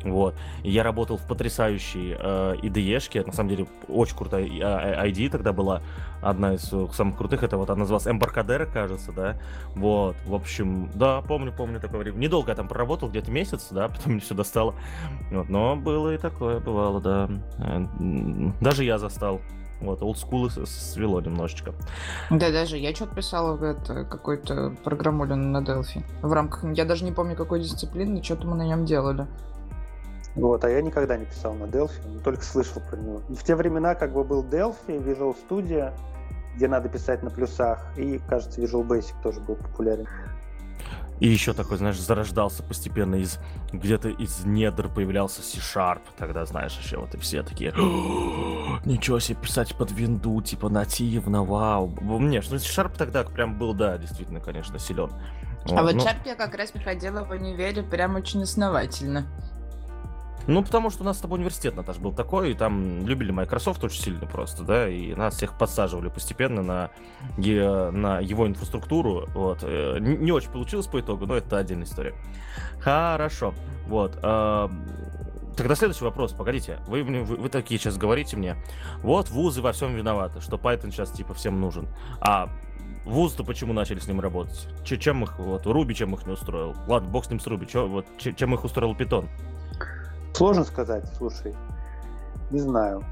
Вот. И я работал в потрясающей э, ай ди и-шке. На самом деле, очень крутая ай ди тогда была. Одна из э, самых крутых. Это вот она называлась Embarcadero, кажется, да. Вот. В общем, да, помню, помню такое время. Недолго я там проработал, где-то месяц, да, потом мне все достало. Вот. Но было и такое, бывало, да. Даже я застал. Вот, олдскулы свело немножечко. Да, даже я что-то писала в это, какой-то программулин на Delphi. В рамках, я даже не помню, какой дисциплины, что-то мы на нем делали. Вот, а я никогда не писал на Delphi, только слышал про него. И в те времена как бы был Delphi, Visual Studio, где надо писать на плюсах, и, кажется, Visual Basic тоже был популярен. И еще такой, знаешь, зарождался постепенно из где-то из недр появлялся C-Sharp. Тогда, знаешь, еще вот и все такие, ничего себе, писать под винду, типа нативно, вау. Не, что C-Sharp тогда прям был, да, действительно, конечно, силен. Вот, а вот ну... Sharp я как раз приходила в универе прям очень основательно. Ну, потому что у нас с тобой университет, Наташ, был такой, и там любили Microsoft очень сильно просто, да, и нас всех подсаживали постепенно на, на его инфраструктуру, вот. Не, не очень получилось по итогу, но это отдельная история. Хорошо, вот. Тогда следующий вопрос, погодите, вы, вы, вы такие сейчас говорите мне, вот вузы во всем виноваты, что Python сейчас типа всем нужен, а вузы-то почему начали с ним работать? Ч- чем их, вот, Ruby чем их не устроил? Ладно, бог с ним с Ruby, чё, вот, ч- чем их устроил Python? Сложно сказать, слушай, не знаю.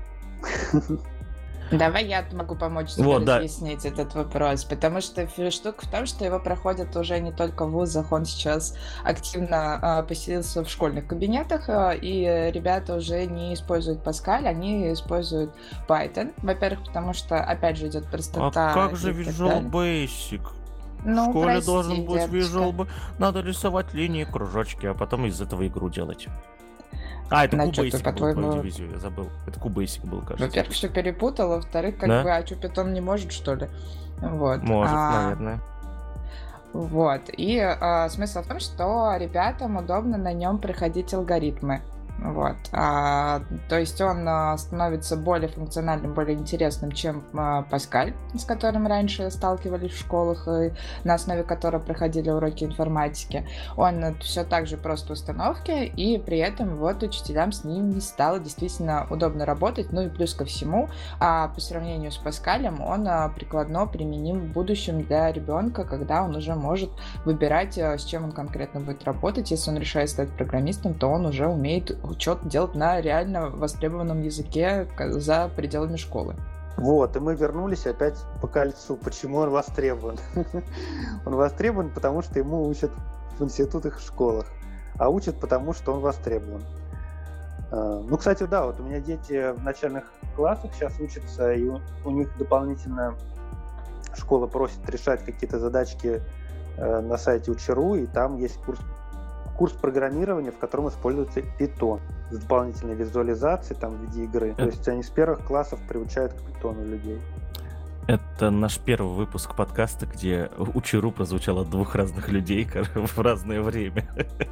Давай я могу помочь тебе вот, разъяснить да. этот вопрос, потому что штука в том, что его проходят уже не только в вузах, он сейчас активно а, поселился в школьных кабинетах, а, и ребята уже не используют Pascal, они используют Python, во-первых, потому что, опять же, идет простота. А как же Visual Basic? Ну, в школе прости, должен быть девочка. Visual Basic, надо рисовать линии, кружочки, а потом из этого игру делать. А, это QBasic был, по-твоему... по дивизию, я забыл. Это QBasic был, кажется. Во-первых, все перепутал, во-вторых, как да? бы, а что, Python не может, что ли? Вот. Может, а... наверное. Вот. И а, смысл в том, что ребятам удобно на нем проходить алгоритмы. Вот. А, то есть он а, становится более функциональным, более интересным, чем а, Pascal, с которым раньше сталкивались в школах, и на основе которого проходили уроки информатики. Он все так же просто установки, и при этом вот учителям с ним стало действительно удобно работать. Ну и плюс ко всему, а, по сравнению с Pascal, он а, прикладно применим в будущем для ребенка, когда он уже может выбирать, а, с чем он конкретно будет работать. Если он решает стать программистом, то он уже умеет учет делать на реально востребованном языке за пределами школы. Вот, и мы вернулись опять по кольцу. Почему он востребован? Он востребован, потому что ему учат в институтах и школах, а учат потому, что он востребован. Ну, кстати, да, вот у меня дети в начальных классах сейчас учатся, и у них дополнительно школа просит решать какие-то задачки на сайте Учи.ру, и там есть курс курс программирования, в котором используется Python с дополнительной визуализацией там в виде игры. Это... То есть они с первых классов приучают к Python людей. Это наш первый выпуск подкаста, где Учи.ру прозвучало от двух разных людей в разное время.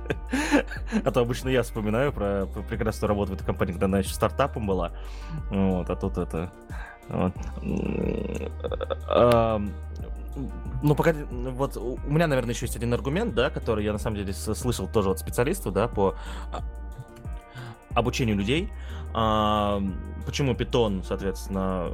А то обычно я вспоминаю про прекрасную работу в этой компании, когда она еще стартапом была. Вот, а тут это... Вот. Ну, пока, вот у меня, наверное, еще есть один аргумент, да, который я на самом деле слышал тоже от специалистов, да, по обучению людей. А, почему Python, соответственно,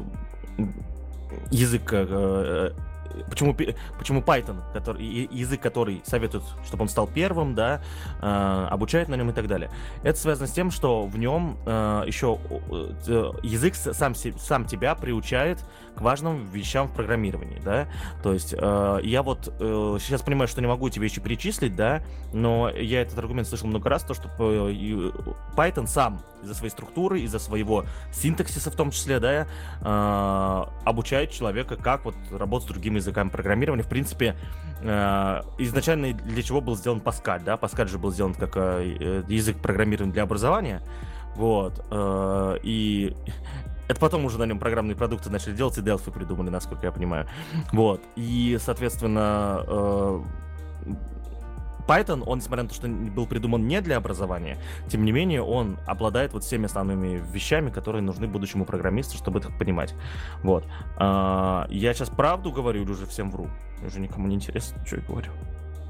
язык, почему, почему Python, который, язык, который советует, чтобы он стал первым, да, обучает на нем и так далее. Это связано с тем, что в нем еще язык сам, сам тебя приучает к важным вещам в программировании, да, то есть э, я вот э, сейчас понимаю, что не могу тебе еще перечислить, да, но я этот аргумент слышал много раз, то, что Python сам из-за своей структуры, из-за своего синтаксиса в том числе, да, э, обучает человека, как вот работать с другими языками программирования. В принципе, э, изначально для чего был сделан Pascal, да, Pascal же был сделан как э, язык программирования для образования, вот, э, и это потом уже на нем программные продукты начали делать, и Delphi придумали, насколько я понимаю. Вот. И, соответственно, э, Python, он, несмотря на то, что был придуман не для образования, тем не менее, он обладает вот всеми основными вещами, которые нужны будущему программисту, чтобы их понимать. Вот. Э, я сейчас правду говорю или уже всем вру? Уже никому не интересно, что я говорю.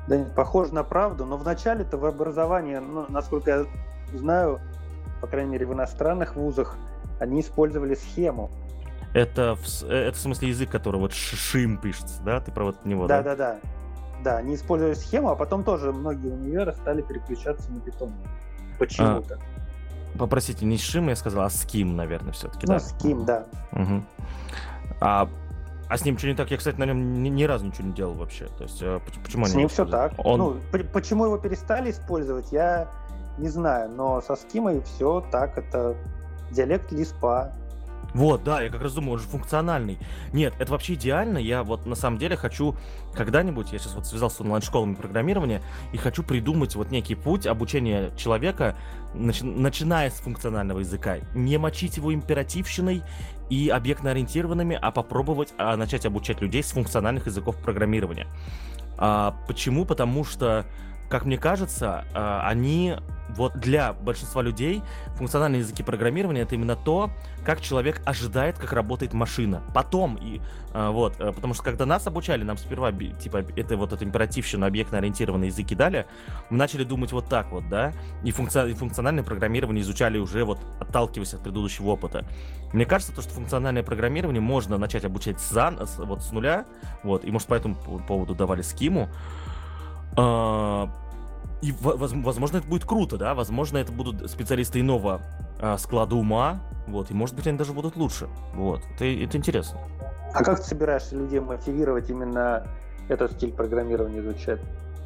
Да, похоже на правду, но в начале-то веб-образование, ну, насколько я знаю, по крайней мере в иностранных вузах, они использовали схему. Это в, это в смысле язык, который вот шим пишется, да? Ты про вот него, да? Да-да-да. Да, они использовали схему, а потом тоже многие универы стали переключаться на Python. Почему-то. А, попросите, не шим, я сказал, а ским, наверное, все-таки, ну, да? ским, да. Угу. А, а с ним что не так? Я, кстати, на нем ни, ни разу ничего не делал вообще. То есть, почему с они ним все так. Он... Ну, почему его перестали использовать, я не знаю, но со скимой все так, это диалект Лиспа. Вот, да, я как раз думаю, он же функциональный. Нет, это вообще идеально. Я вот на самом деле хочу когда-нибудь, я сейчас вот связался с онлайн-школами программирования, и хочу придумать вот некий путь обучения человека, начи- начиная с функционального языка. Не мочить его императивщиной и объектно-ориентированными, а попробовать а, начать обучать людей с функциональных языков программирования. А, почему? Потому что, как мне кажется, а, они... Вот для большинства людей функциональные языки программирования — это именно то, как человек ожидает, как работает машина. Потом, и, а, вот, потому что когда нас обучали, нам сперва, типа, это вот это императивщина, объектно-ориентированные языки дали, мы начали думать вот так вот, да, и, функци... и функциональное программирование изучали уже вот отталкиваясь от предыдущего опыта. Мне кажется, то, что функциональное программирование можно начать обучать с, вот, с нуля, вот, и, может, по этому поводу давали скиму, а... И, возможно, это будет круто, да, возможно, это будут специалисты иного а, склада ума, вот, и, может быть, они даже будут лучше, вот, это, это интересно. А как ты собираешься людей мотивировать именно этот стиль программирования изучать?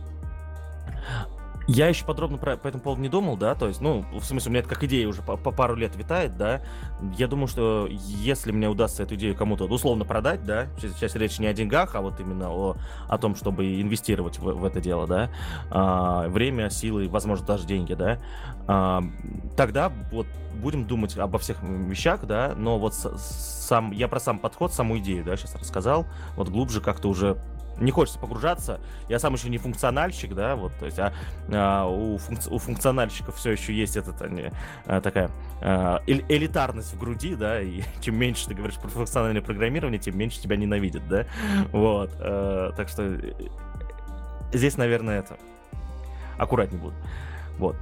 Я еще подробно про, по этому поводу не думал, да, то есть, ну, в смысле, у меня это как идея уже по, по пару лет витает, да, я думаю, что если мне удастся эту идею кому-то условно продать, да, сейчас, сейчас речь не о деньгах, а вот именно о, о том, чтобы инвестировать в, в это дело, да, а, время, силы, возможно, даже деньги, да, а, тогда вот будем думать обо всех вещах, да, но вот с, сам, я про сам подход, саму идею, да, сейчас рассказал, вот глубже как-то уже не хочется погружаться. Я сам еще не функциональщик, да, вот, то есть, а, а у, функци- у функциональщиков все еще есть этот, они, а, такая а, эль- элитарность в груди, да, и чем меньше ты говоришь про функциональное программирование, тем меньше тебя ненавидят, да, вот, а, так что здесь, наверное, это аккуратнее буду, вот.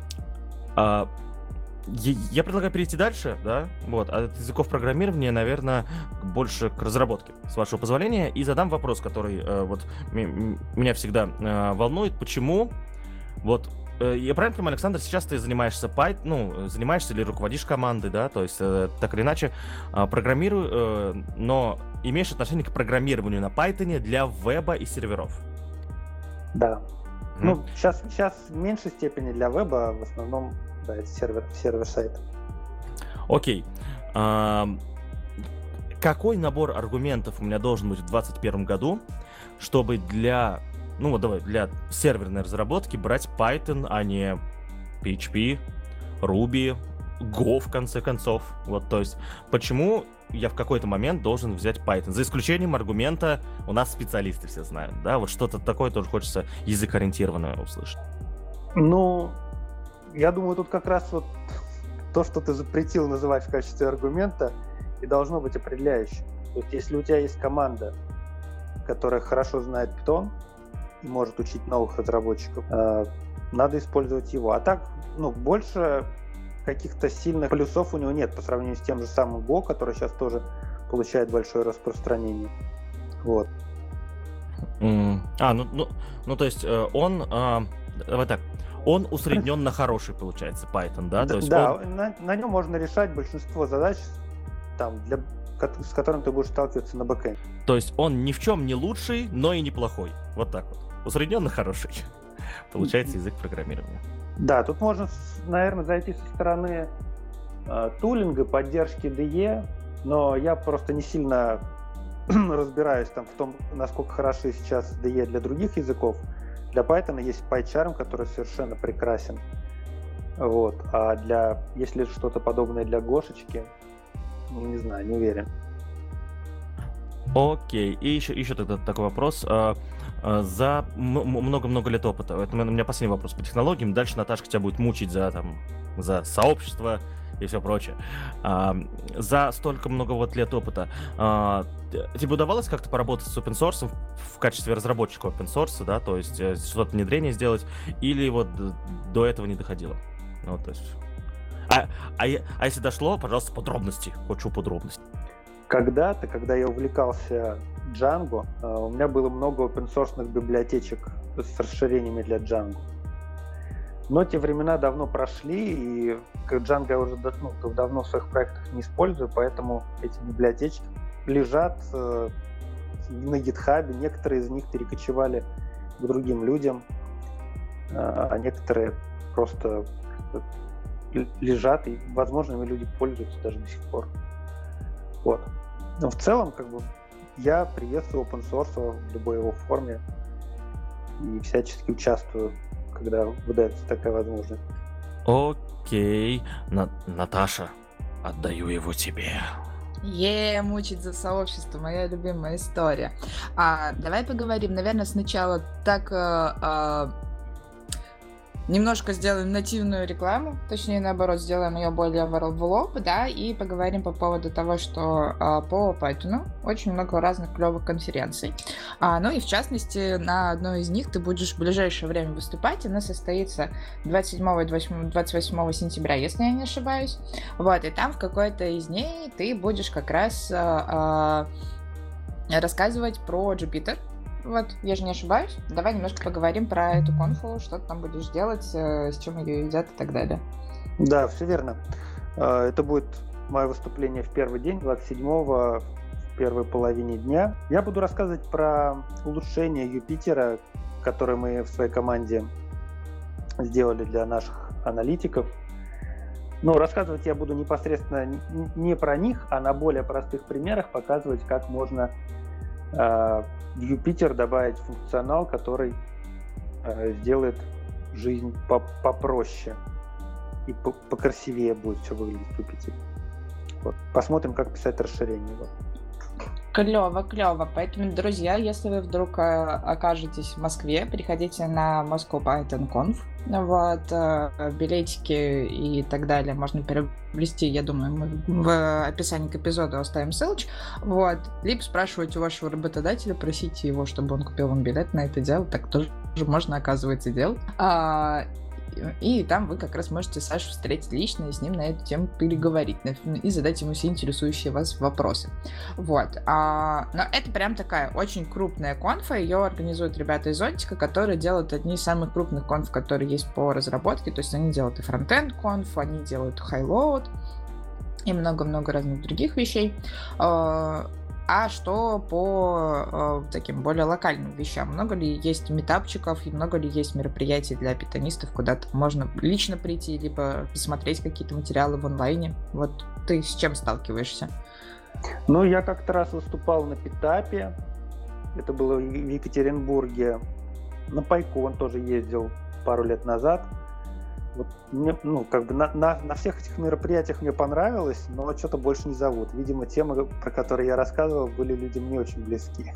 А, Я предлагаю перейти дальше, да, вот, от языков программирования, наверное, больше к разработке, с вашего позволения, и задам вопрос, который э, вот м- меня всегда э, волнует, почему, вот, э, я правильно понимаю, Александр, сейчас ты занимаешься Python, ну, занимаешься или руководишь командой, да, то есть, э, так или иначе, э, программирую, э, но имеешь отношение к программированию на Python для веба и серверов? Да, mm. ну, сейчас, сейчас в меньшей степени для веба, в основном. Да, это сервер, сервер-сайт. Окей. А, какой набор аргументов у меня должен быть в двадцать первом году, чтобы для, ну вот давай, для серверной разработки брать Python, а не пи эйч пи, Ruby, Go, в конце концов? Вот, то есть, почему я в какой-то момент должен взять Python? За исключением аргумента, у нас специалисты все знают, да? Вот что-то такое тоже хочется языкоориентированное услышать. Ну... Я думаю, тут как раз вот то, что ты запретил называть в качестве аргумента, и должно быть определяющим. То есть, если у тебя есть команда, которая хорошо знает Python и может учить новых разработчиков, э, надо использовать его. А так, ну, больше каких-то сильных плюсов у него нет по сравнению с тем же самым Go, который сейчас тоже получает большое распространение. Вот. Mm. А, ну, ну, ну, то есть э, он... Э, давай так. Он усреднен на хороший, получается, Python, да? Да, То есть да он... на, на нем можно решать большинство задач, там, для, с которыми ты будешь сталкиваться на бэкэнде. То есть он ни в чем не лучший, но и неплохой. Вот так вот. Усреднен на хороший. Получается язык программирования. Да, тут можно, наверное, зайти со стороны э, тулинга, поддержки ди и, но я просто не сильно разбираюсь там в том, насколько хороши сейчас ди и для других языков. Для Python есть PyCharm, который совершенно прекрасен. Вот. А для, если что-то подобное для Гошечки, ну, не знаю, не уверен. Окей. И еще, еще тогда такой вопрос. А, а, за много-много лет опыта, это у меня последний вопрос по технологиям. Дальше Наташка тебя будет мучить за, там, за сообщество и все прочее. А, за столько много вот лет опыта, а, тебе удавалось как-то поработать с open source в качестве разработчика open source, да, то есть что-то внедрение сделать, или вот до этого не доходило? Ну, то есть... А, а, а если дошло, пожалуйста, подробности. Хочу подробностей. Когда-то, когда я увлекался Django, у меня было много open-source библиотечек с расширениями для Django. Но те времена давно прошли, и Django я уже ну, давно в своих проектах не использую, поэтому эти библиотечки лежат э, на GitHub. Некоторые из них перекочевали к другим людям, э, а некоторые просто лежат, и, возможно, ими люди пользуются даже до сих пор. Вот. Но в целом, как бы, я приветствую open source в любой его форме и всячески участвую, когда выдается такая возможность. Окей. На- Наташа, отдаю его тебе. Е, мучить за сообщество, моя любимая история. А, давай поговорим, наверное, сначала так... А, а... Немножко сделаем нативную рекламу, точнее, наоборот, сделаем ее более в лоб, да, и поговорим по поводу того, что а, по Python очень много разных клевых конференций. А, ну и в частности, на одной из них ты будешь в ближайшее время выступать, она состоится двадцать седьмого и двадцать восьмого сентября, если я не ошибаюсь. Вот, и там в какой-то из дней ты будешь как раз а, а, рассказывать про Jupyter. Вот, я же не ошибаюсь. Давай немножко поговорим про эту конфу, что ты там будешь делать, с чем ее едят и так далее. Да, все верно. Это будет мое выступление в первый день, двадцать седьмого, в первой половине дня. Я буду рассказывать про улучшение Юпитера, которые мы в своей команде сделали для наших аналитиков. Но рассказывать я буду непосредственно не про них, а на более простых примерах показывать, как можно в Юпитер добавить функционал, который э, сделает жизнь попроще и покрасивее будет все выглядеть в Юпитере. Вот. Посмотрим, как писать расширение. Вот. Клево, клево. Поэтому, друзья, если вы вдруг э, окажетесь в Москве, приходите на Moscow Python Conf. Вот, э, билетики и так далее можно приобрести, я думаю, мы в описании к эпизоду оставим ссылочку. Вот, либо спрашивайте у вашего работодателя, просите его, чтобы он купил вам билет на это дело, так тоже можно, оказывается, делать. А, И там вы как раз можете Сашу встретить лично и с ним на эту тему переговорить и задать ему все интересующие вас вопросы. Вот. А, но это прям такая очень крупная конфа. Ее организуют ребята из Зонтика, которые делают одни из самых крупных конф, которые есть по разработке. То есть они делают и фронтенд конф, они делают хайлоуд и много-много разных других вещей. А что по э, таким более локальным вещам? Много ли есть митапчиков и много ли есть мероприятий для питонистов, куда-то можно лично прийти, либо посмотреть какие-то материалы в онлайне? Вот ты с чем сталкиваешься? Ну, я как-то раз выступал на питапе. Это было в Екатеринбурге. На PyCon тоже ездил пару лет назад. Вот мне, ну, как бы на, на, на всех этих мероприятиях мне понравилось, но что-то больше не зовут. Видимо, темы, про которые я рассказывал, были людям не очень близки.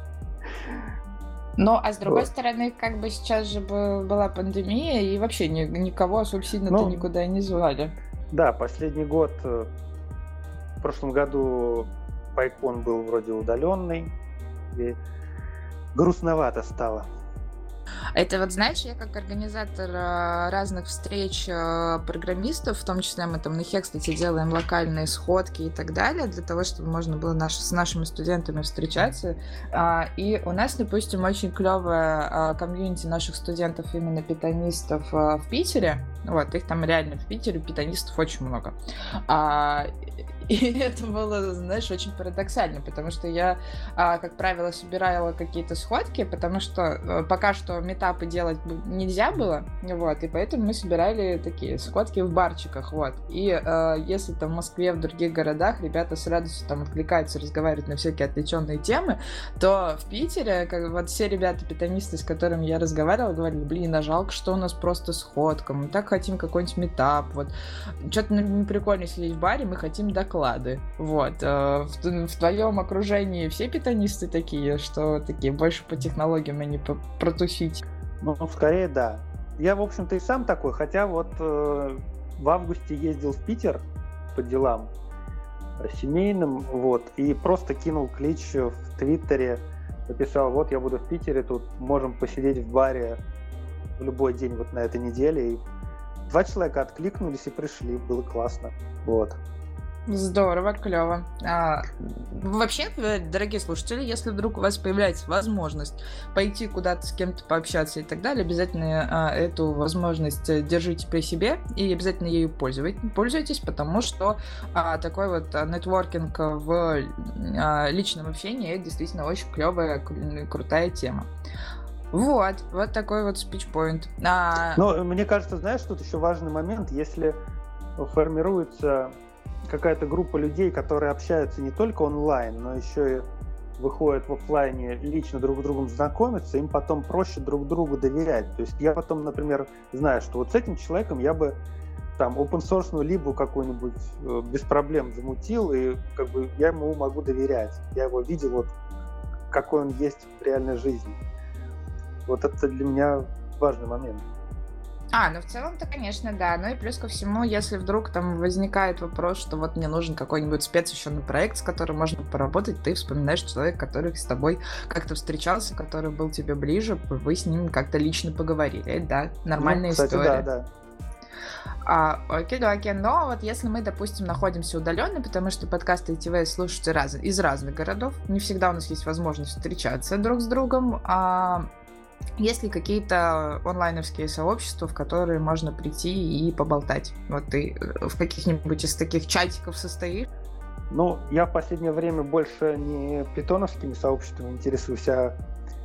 Ну, а с другой вот. стороны, как бы сейчас же была пандемия, и вообще ни, никого особо сильно-то ну, никуда и не звали. Да, последний год, в прошлом году PyCon был вроде удаленный, и грустновато стало. Это вот, знаешь, я как организатор разных встреч программистов, в том числе мы там на Хе, кстати, делаем локальные сходки и так далее, для того, чтобы можно было наш, с нашими студентами встречаться. И у нас, допустим, очень клевая комьюнити наших студентов, именно питонистов в Питере. Вот, их там реально в Питере, питонистов очень много. И это было, знаешь, очень парадоксально, потому что я, как правило, собирала какие-то сходки, потому что пока что митапы делать нельзя было, вот, и поэтому мы собирали такие сходки в барчиках, вот. И э, если там в Москве, в других городах ребята с радостью там откликаются, разговаривают на всякие отвлеченные темы, то в Питере, как вот все ребята-питонисты, с которыми я разговаривала, говорили, блин, а жалко, что у нас просто сходка, мы так хотим какой-нибудь митап, вот. Что-то не прикольно сидеть в баре, мы хотим доклад. Вот. В, в твоем окружении все питонисты такие, что такие больше по технологиям, а не по протусить? Ну, скорее, да. Я, в общем-то, и сам такой, хотя вот э, в августе ездил в Питер по делам. семейным, вот, и просто кинул клич в Твиттере, написал, вот я буду в Питере, тут можем посидеть в баре в любой день вот на этой неделе. И два человека откликнулись и пришли, было классно, вот. Здорово, клево. А, вообще, дорогие слушатели, если вдруг у вас появляется возможность пойти куда-то с кем-то пообщаться и так далее, обязательно а, эту возможность держите при себе и обязательно ею пользуйтесь, пользуйтесь, потому что а, такой вот нетворкинг в а, личном общении — это действительно очень клевая, крутая тема. Вот, вот такой вот спичпоинт. А... Ну, мне кажется, знаешь, тут еще важный момент, если формируется какая-то группа людей, которые общаются не только онлайн, но еще и выходят в офлайне, лично друг с другом знакомятся, им потом проще друг другу доверять. То есть я потом, например, знаю, что вот с этим человеком я бы там open-source либо какую-нибудь э, без проблем замутил, и как бы я ему могу доверять. Я его видел, вот какой он есть в реальной жизни. Вот это для меня важный момент. А, ну в целом-то, конечно, да. Ну и плюс ко всему, если вдруг там возникает вопрос, что вот мне нужен какой-нибудь спецэффектный проект, с которым можно поработать, ты вспоминаешь человека, который с тобой как-то встречался, который был тебе ближе, вы с ним как-то лично поговорили. Да, нормальная ну, кстати, история. Да, да. А, окей, да, окей. Но вот если мы, допустим, находимся удаленно, потому что подкасты ай ти ви слушаются раз, из разных городов, не всегда у нас есть возможность встречаться друг с другом, а есть ли какие-то онлайновские сообщества, в которые можно прийти и поболтать? Вот ты в каких-нибудь из таких чатиков состоишь? Ну, я в последнее время больше не питоновскими сообществами интересуюсь, а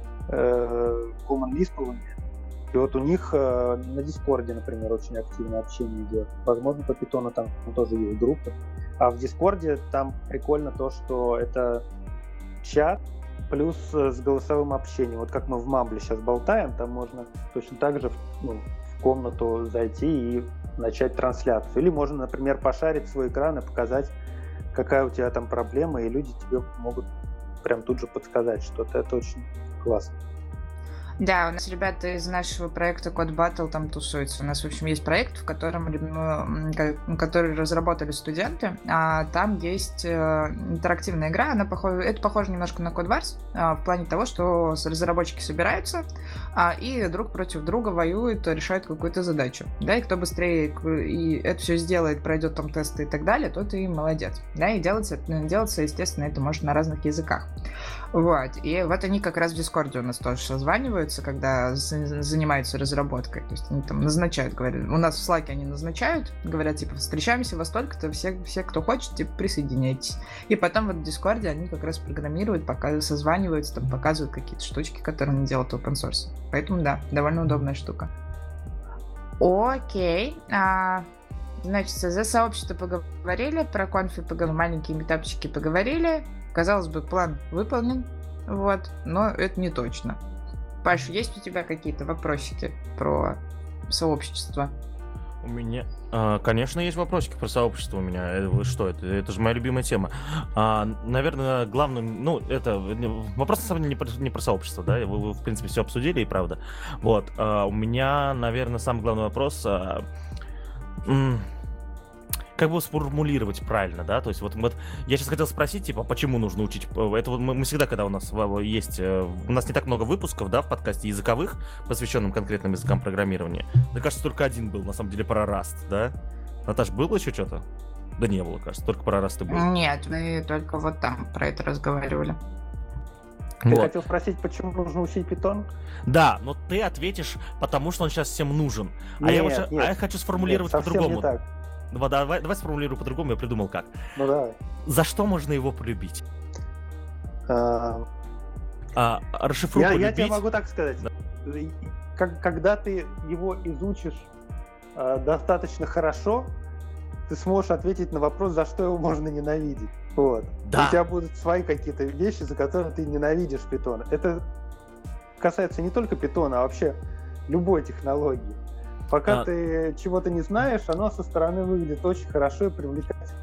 э, Common Lisp. И вот у них э, на Дискорде, например, очень активное общение идет. Возможно, по питону там тоже есть группы. А в Дискорде там прикольно то, что это чат, плюс с голосовым общением. Вот как мы в Мамбле сейчас болтаем, там можно точно так же ну, в комнату зайти и начать трансляцию. Или можно, например, пошарить свой экран и показать, какая у тебя там проблема, и люди тебе могут прям тут же подсказать что-то. Это очень классно. Да, у нас ребята из нашего проекта Code Battle там тусуются. У нас, в общем, есть проект, в котором, который разработали студенты. А там есть интерактивная игра. Она похожа, это похоже немножко на Code Wars в плане того, что разработчики собираются и друг против друга воюют, решают какую-то задачу. Да, и кто быстрее и это все сделает, пройдет там тесты и так далее, тот и молодец. Да, и делается, делается, естественно, это может на разных языках. Вот. И вот они как раз в Дискорде у нас тоже созваниваются, когда занимаются разработкой. То есть они там назначают, говорят, у нас в Slack они назначают, говорят, типа, встречаемся во столько-то, все, все, кто хочет, типа, присоединяйтесь. И потом вот в Дискорде они как раз программируют, пока созваниваются, там, показывают какие-то штучки, которые они делают в open source. Поэтому, да, довольно удобная штука. Окей. А, значит, за сообщество поговорили, про конфи поговорили, маленькие метапчики поговорили. Казалось бы, план выполнен, вот, но это не точно. Паш, есть у тебя какие-то вопросики про сообщество? У меня, а, конечно, есть вопросики про сообщество у меня. Вы что, это, это же моя любимая тема. А, наверное, главным, ну, это вопрос на самом деле не про, не про сообщество, да, вы, вы, в принципе, все обсудили, и правда. Вот, а, у меня, наверное, самый главный вопрос... А, м- Как бы сформулировать правильно, да, то есть вот, вот я сейчас хотел спросить, типа, почему нужно учить, это вот мы, мы всегда, когда у нас есть, у нас не так много выпусков, да, в подкасте языковых, посвященным конкретным языкам программирования, мне кажется, только один был, на самом деле, про Rust, да? Наташ, было еще что-то? Да не было, кажется, только про Rust и было. Нет, мы только вот там про это разговаривали. Ты вот. Хотел спросить, почему нужно учить Python? Да, но ты ответишь, потому что он сейчас всем нужен, а, нет, я, уже, нет, а я хочу сформулировать нет, по-другому. Не так. Ну, давай, давай сформулирую по-другому, я придумал как. Ну давай. За что можно его полюбить? А... А, расшифруй я, полюбить. Я тебе могу так сказать. Да. Как, когда ты его изучишь э, достаточно хорошо, ты сможешь ответить на вопрос, за что его можно ненавидеть. Вот. Да. У тебя будут свои какие-то вещи, за которые ты ненавидишь Python. Это касается не только Python, а вообще любой технологии. Пока а... ты чего-то не знаешь, оно со стороны выглядит очень хорошо и привлекательно.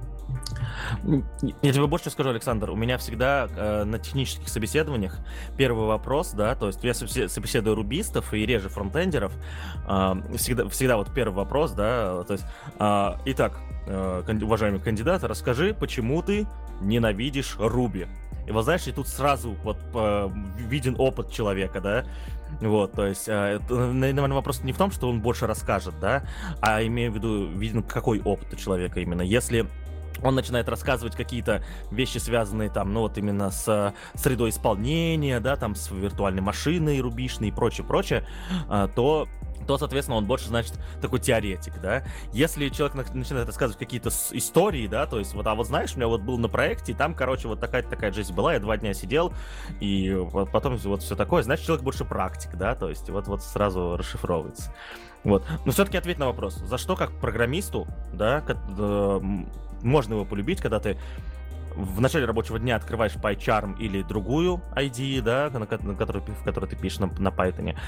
Я тебе больше скажу, Александр, у меня всегда э, на технических собеседованиях первый вопрос, да, то есть я собеседую рубистов и реже фронтендеров, э, всегда, всегда вот первый вопрос, да, то есть, э, итак, э, кан- уважаемый кандидат, расскажи, почему ты ненавидишь Руби. И вот знаешь, и тут сразу вот по, виден опыт человека, да, вот, то есть, э, это, наверное, вопрос не в том, что он больше расскажет, да, а имею в виду, виден какой опыт у человека именно. Если он начинает рассказывать какие-то вещи, связанные там, ну вот именно с средой исполнения, да, там с виртуальной машиной рубишной и прочее, прочее, э, то... то, соответственно, он больше, значит, такой теоретик, да. Если человек начинает рассказывать какие-то истории, да, то есть, вот, а вот знаешь, у меня вот был на проекте, и там, короче, вот такая-то такая жизнь была, я два дня сидел, и вот потом вот все такое, значит, человек больше практик, да, то есть, вот, вот сразу расшифровывается. Вот. Но все-таки ответь на вопрос, за что как программисту, да, э, можно его полюбить, когда ты в начале рабочего дня открываешь PyCharm или другую ай ди, да, на которой, в которой ты пишешь на, на Python.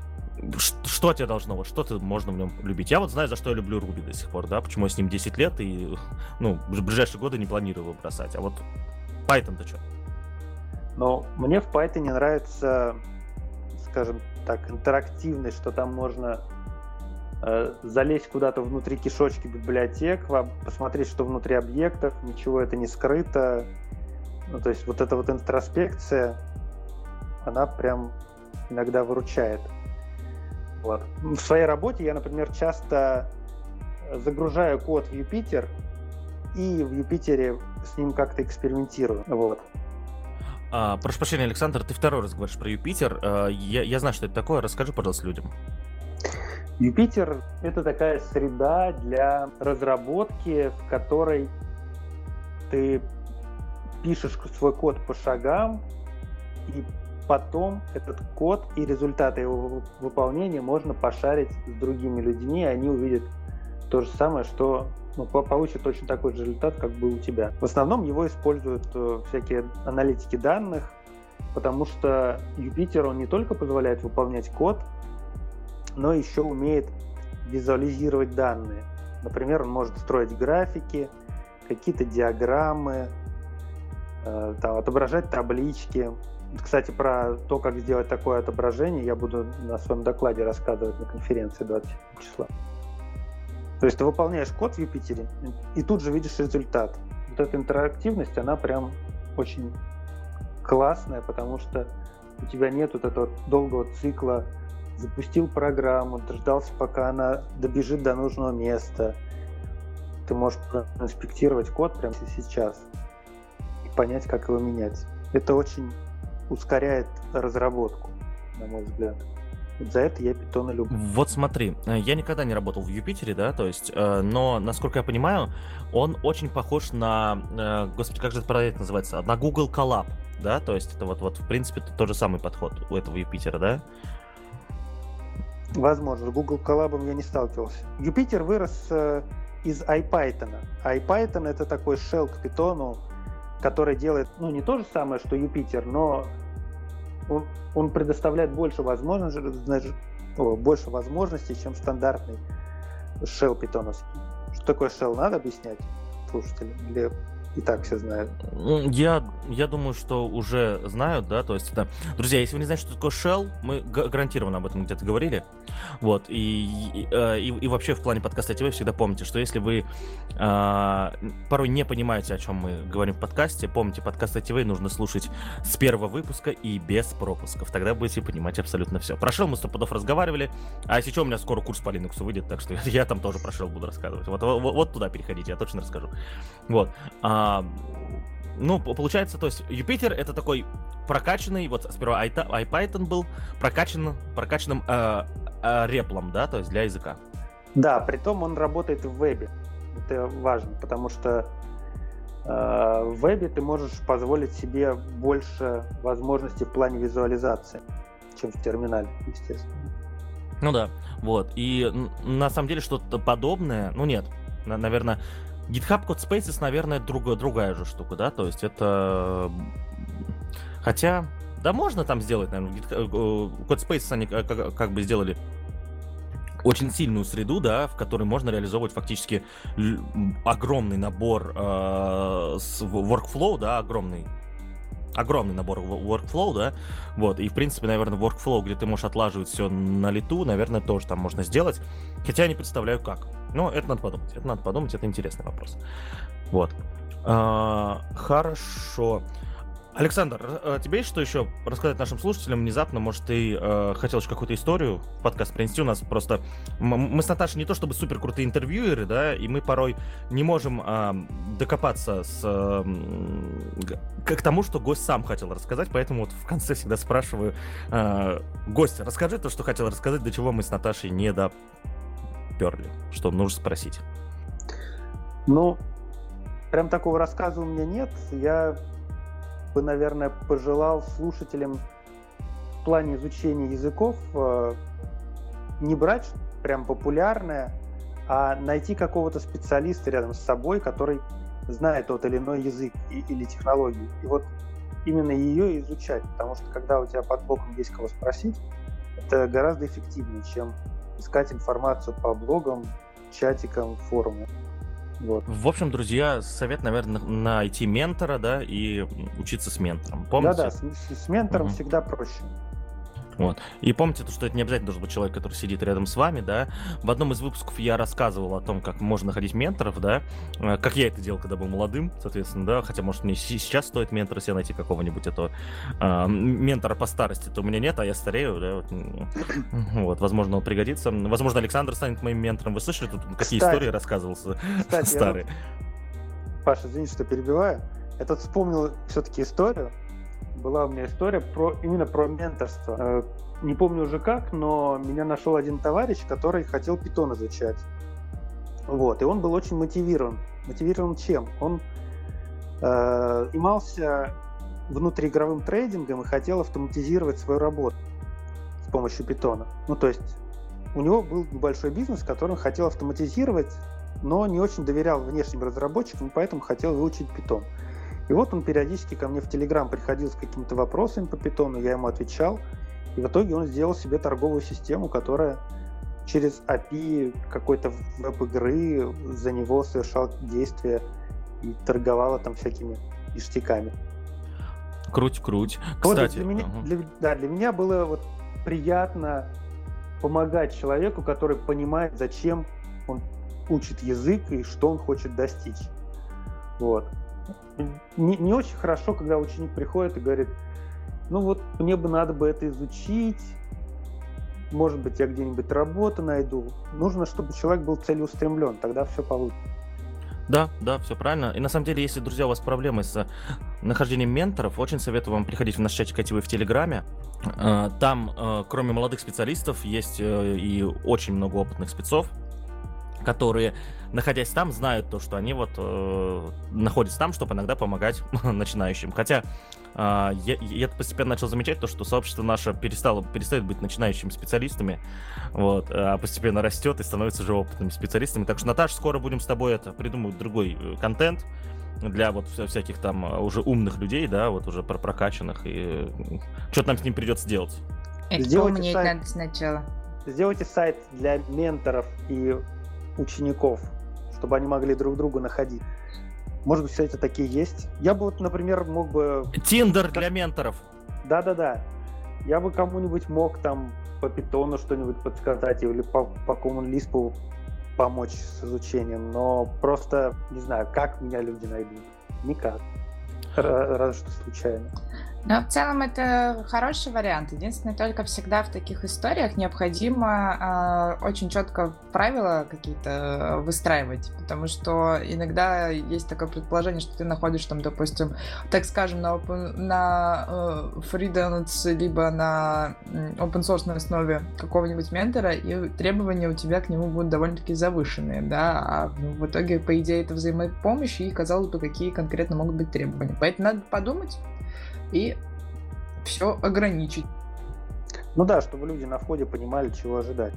Что тебе должно, вот что ты можно в нем любить? Я вот знаю, за что я люблю Руби до сих пор, да, почему я с ним десять лет и, ну, в ближайшие годы не планирую его бросать. А вот Python-то что? Ну, мне в Python нравится, скажем так, интерактивность, что там можно э, залезть куда-то внутри кишочки библиотек, посмотреть, что внутри объектов, ничего это не скрыто. Ну, то есть вот эта вот интроспекция, она прям иногда выручает. Вот. В своей работе я, например, часто загружаю код в Юпитер и в Юпитере с ним как-то экспериментирую. Вот. А, прошу прощения, Александр, ты второй раз говоришь про Юпитер. А, я, я знаю, что это такое. Расскажи, пожалуйста, людям. Юпитер — это такая среда для разработки, в которой ты пишешь свой код по шагам, и потом этот код и результаты его выполнения можно пошарить с другими людьми, и они увидят то же самое, что, ну, получат точно такой же результат, как был у тебя. В основном его используют э, всякие аналитики данных, потому что Юпитер, он не только позволяет выполнять код, но еще умеет визуализировать данные. Например, он может строить графики, какие-то диаграммы, э, там, отображать таблички. Кстати, про то, как сделать такое отображение, я буду на своем докладе рассказывать на конференции двадцатого числа. То есть ты выполняешь код в Юпитере и тут же видишь результат. Вот эта интерактивность, она прям очень классная, потому что у тебя нет вот этого долгого цикла. Запустил программу, дождался, пока она добежит до нужного места. Ты можешь инспектировать код прямо сейчас и понять, как его менять. Это очень ускоряет разработку, на мой взгляд. Вот за это я Python люблю. Вот смотри, я никогда не работал в Юпитере, да, то есть, но, насколько я понимаю, он очень похож на, господи, как же этот проект называется, на Google Colab, да, то есть это вот, вот в принципе, тот же самый подход у этого Юпитера, да? Возможно, с Google Colab я не сталкивался. Юпитер вырос э, из IPython. IPython — это такой shell к Python, который делает, ну, не то же самое, что Юпитер, но он, он предоставляет больше возможностей, значит, о, больше возможностей, чем стандартный shell питоновский. Что такое shell, надо объяснять слушателям? Или и так все знают? Я, я думаю, что уже знают, да, то есть это... Друзья, если вы не знаете, что такое shell, мы гарантированно об этом где-то говорили, вот, и, и, и, и вообще в плане подкаста ай ти ви всегда помните, что если вы э, порой не понимаете, о чем мы говорим в подкасте, помните, подкаст ай ти ви нужно слушать с первого выпуска и без пропусков, тогда будете понимать абсолютно все. Про shell мы сто пудов разговаривали, а если что, у меня скоро курс по Linux выйдет, так что я там тоже про shell буду рассказывать, вот, вот, вот туда переходите, я точно расскажу, вот. А, ну, получается, то есть Юпитер — это такой прокачанный, вот сперва IPython был прокачан, прокачанным э, э, реплом, да, то есть для языка. Да, притом он работает в вебе. Это важно, потому что э, в вебе ты можешь позволить себе больше возможностей в плане визуализации, чем в терминале, естественно. Ну да, вот. И на самом деле что-то подобное, ну нет, на, наверное... GitHub Codespaces, наверное, друг, другая же штука, да, то есть это... Хотя, да, можно там сделать, наверное, Codespaces они как, как бы сделали очень сильную среду, да, в которой можно реализовывать фактически огромный набор э, с workflow, да, огромный огромный набор workflow, да, вот, и, в принципе, наверное, workflow, где ты можешь отлаживать все на лету, наверное, тоже там можно сделать, хотя я не представляю, как. Но это надо подумать, это надо подумать, это интересный вопрос. Вот. А, хорошо. Александр, тебе есть что еще рассказать нашим слушателям? Внезапно, может, ты э, хотел еще какую-то историю в подкаст принести? У нас просто... Мы с Наташей не то чтобы супер крутые интервьюеры, да, и мы порой не можем э, докопаться с, э, к тому, что гость сам хотел рассказать, поэтому вот в конце всегда спрашиваю э, гостя, расскажи то, что хотел рассказать, до чего мы с Наташей не доперли, что нужно спросить. Ну, прям такого рассказа у меня нет. Я... бы, наверное, пожелал слушателям в плане изучения языков э, не брать прям популярное, а найти какого-то специалиста рядом с собой, который знает тот или иной язык и, или технологию. И вот именно ее изучать, потому что когда у тебя под боком есть кого спросить, это гораздо эффективнее, чем искать информацию по блогам, чатикам, форумам. Вот. В общем, друзья, совет, наверное, найти ментора, да, и учиться с ментором. Помните? Да-да, с, с ментором угу. всегда проще. Вот. И помните, что это не обязательно должен быть человек, который сидит рядом с вами, да. В одном из выпусков я рассказывал о том, как можно находить менторов, да, как я это делал, когда был молодым, соответственно, да, хотя, может, мне сейчас стоит ментора себе найти какого-нибудь этого э, ментора по старости, то у меня нет, а я старею, да, вот, вот, возможно, он пригодится. Возможно, Александр станет моим ментором. Вы слышали, тут какие кстати, истории рассказывался кстати, старые? Я... Паша, извини, что перебиваю. Я тут вспомнил все-таки историю. Была у меня история про, именно про менторство. Не помню уже как, но меня нашел один товарищ, который хотел Python изучать. Вот, и он был очень мотивирован. Мотивирован чем? Он э, занимался внутриигровым трейдингом и хотел автоматизировать свою работу с помощью Python. Ну, то есть у него был небольшой бизнес, который он хотел автоматизировать, но не очень доверял внешним разработчикам, поэтому хотел выучить Python. И вот он периодически ко мне в Telegram приходил с какими-то вопросами по Python, я ему отвечал. И в итоге он сделал себе торговую систему, которая через эй пи ай какой-то веб-игры за него совершал действия и торговала там всякими ништяками. Круть-круть. Вот Кстати, для меня, uh-huh. для, да, для меня было вот приятно помогать человеку, который понимает, зачем он учит язык и что он хочет достичь. Вот. Не, не очень хорошо, когда ученик приходит и говорит, ну вот мне бы надо бы это изучить, может быть, я где-нибудь работу найду. Нужно, чтобы человек был целеустремлен, тогда все получится. Да, да, все правильно. И на самом деле, если, друзья, у вас проблемы с нахождением менторов, очень советую вам приходить в наш чатик ай ти ви в Телеграме. Там, кроме молодых специалистов, есть и очень много опытных спецов, которые, находясь там, знают то, что они вот э, находятся там, чтобы иногда помогать начинающим. Хотя э, я, я постепенно начал замечать то, что сообщество наше перестало, перестает быть начинающими специалистами, вот, а постепенно растет и становится уже опытными специалистами. Так что, Наташа, скоро будем с тобой это придумывать другой контент для вот всяких там уже умных людей, да, вот уже прокачанных, и что-то нам с ним придется делать. Это умнеть сайт... надо сначала. Сделайте сайт для менторов и учеников, чтобы они могли друг друга находить. Может быть, кстати, такие есть. Я бы вот, например, мог бы... Тиндер для менторов. Да-да-да. Я бы кому-нибудь мог там по питону что-нибудь подсказать или по, по Common Lisp помочь с изучением, но просто не знаю, как меня люди найдут. Никак. Разве что случайно. Но в целом это хороший вариант. Единственное, только всегда в таких историях необходимо э, очень четко правила какие-то выстраивать, потому что иногда есть такое предположение, что ты находишь там, допустим, так скажем, на, open, на э, freelance, либо на open source основе какого-нибудь ментора, и требования у тебя к нему будут довольно-таки завышенные, да, а ну, в итоге, по идее, это взаимопомощь, и, казалось бы, какие конкретно могут быть требования. Поэтому надо подумать и все ограничить. Ну да, чтобы люди на входе понимали, чего ожидать.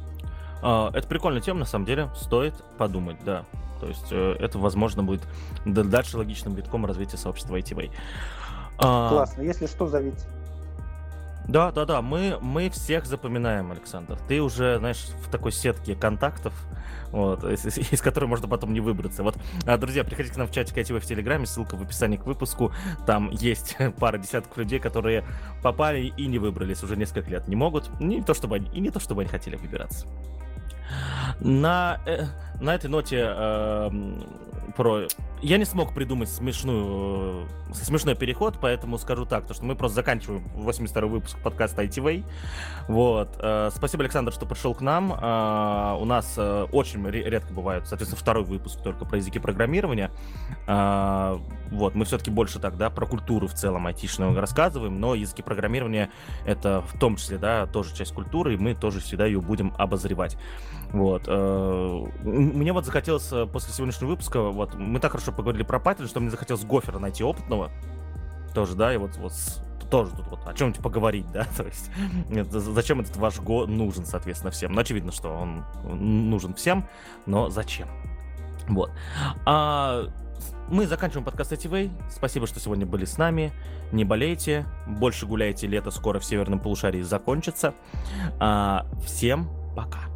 Это прикольная тема, на самом деле, стоит подумать, да. То есть это, возможно, будет дальше логичным витком развития сообщества ай ти ви. Классно, если что, зовите. Да, да, да, мы, мы всех запоминаем, Александр. Ты уже, знаешь, в такой сетке контактов, вот, из, из- из которой можно потом не выбраться. Вот, а, друзья, приходите к нам в чатик ай ти ви в Телеграме, ссылка в описании к выпуску. Там есть пара десятков людей, которые попали и не выбрались уже несколько лет. Не могут, не то чтобы они, и не то чтобы они хотели выбираться. На, э, на этой ноте э, про... Я не смог придумать смешную, э, смешной переход, поэтому скажу так, то, что мы просто заканчиваем восемьдесят второй выпуск подкаста ай ти ви. Вот. Э, спасибо, Александр, что пришел к нам. Э, у нас э, очень ре- редко бывают, соответственно, второй выпуск только про языки программирования. Э, вот. Мы все-таки больше так, да, про культуру в целом айтишную рассказываем, но языки программирования — это в том числе, да, тоже часть культуры, и мы тоже всегда ее будем обозревать. Вот. э, Мне вот захотелось э, после сегодняшнего выпуска, вот, мы так хорошо поговорили про Python, что мне захотелось Гофера найти опытного, тоже, да, и вот, вот с- тоже тут вот о чем-нибудь поговорить, да, то есть это за- зачем этот ваш Го нужен, соответственно, всем. Ну, очевидно, что он нужен всем, но зачем? Вот. А, мы заканчиваем подкаст ай ти ви. Спасибо, что сегодня были с нами. Не болейте, больше гуляйте, лето скоро в северном полушарии закончится. А, всем пока.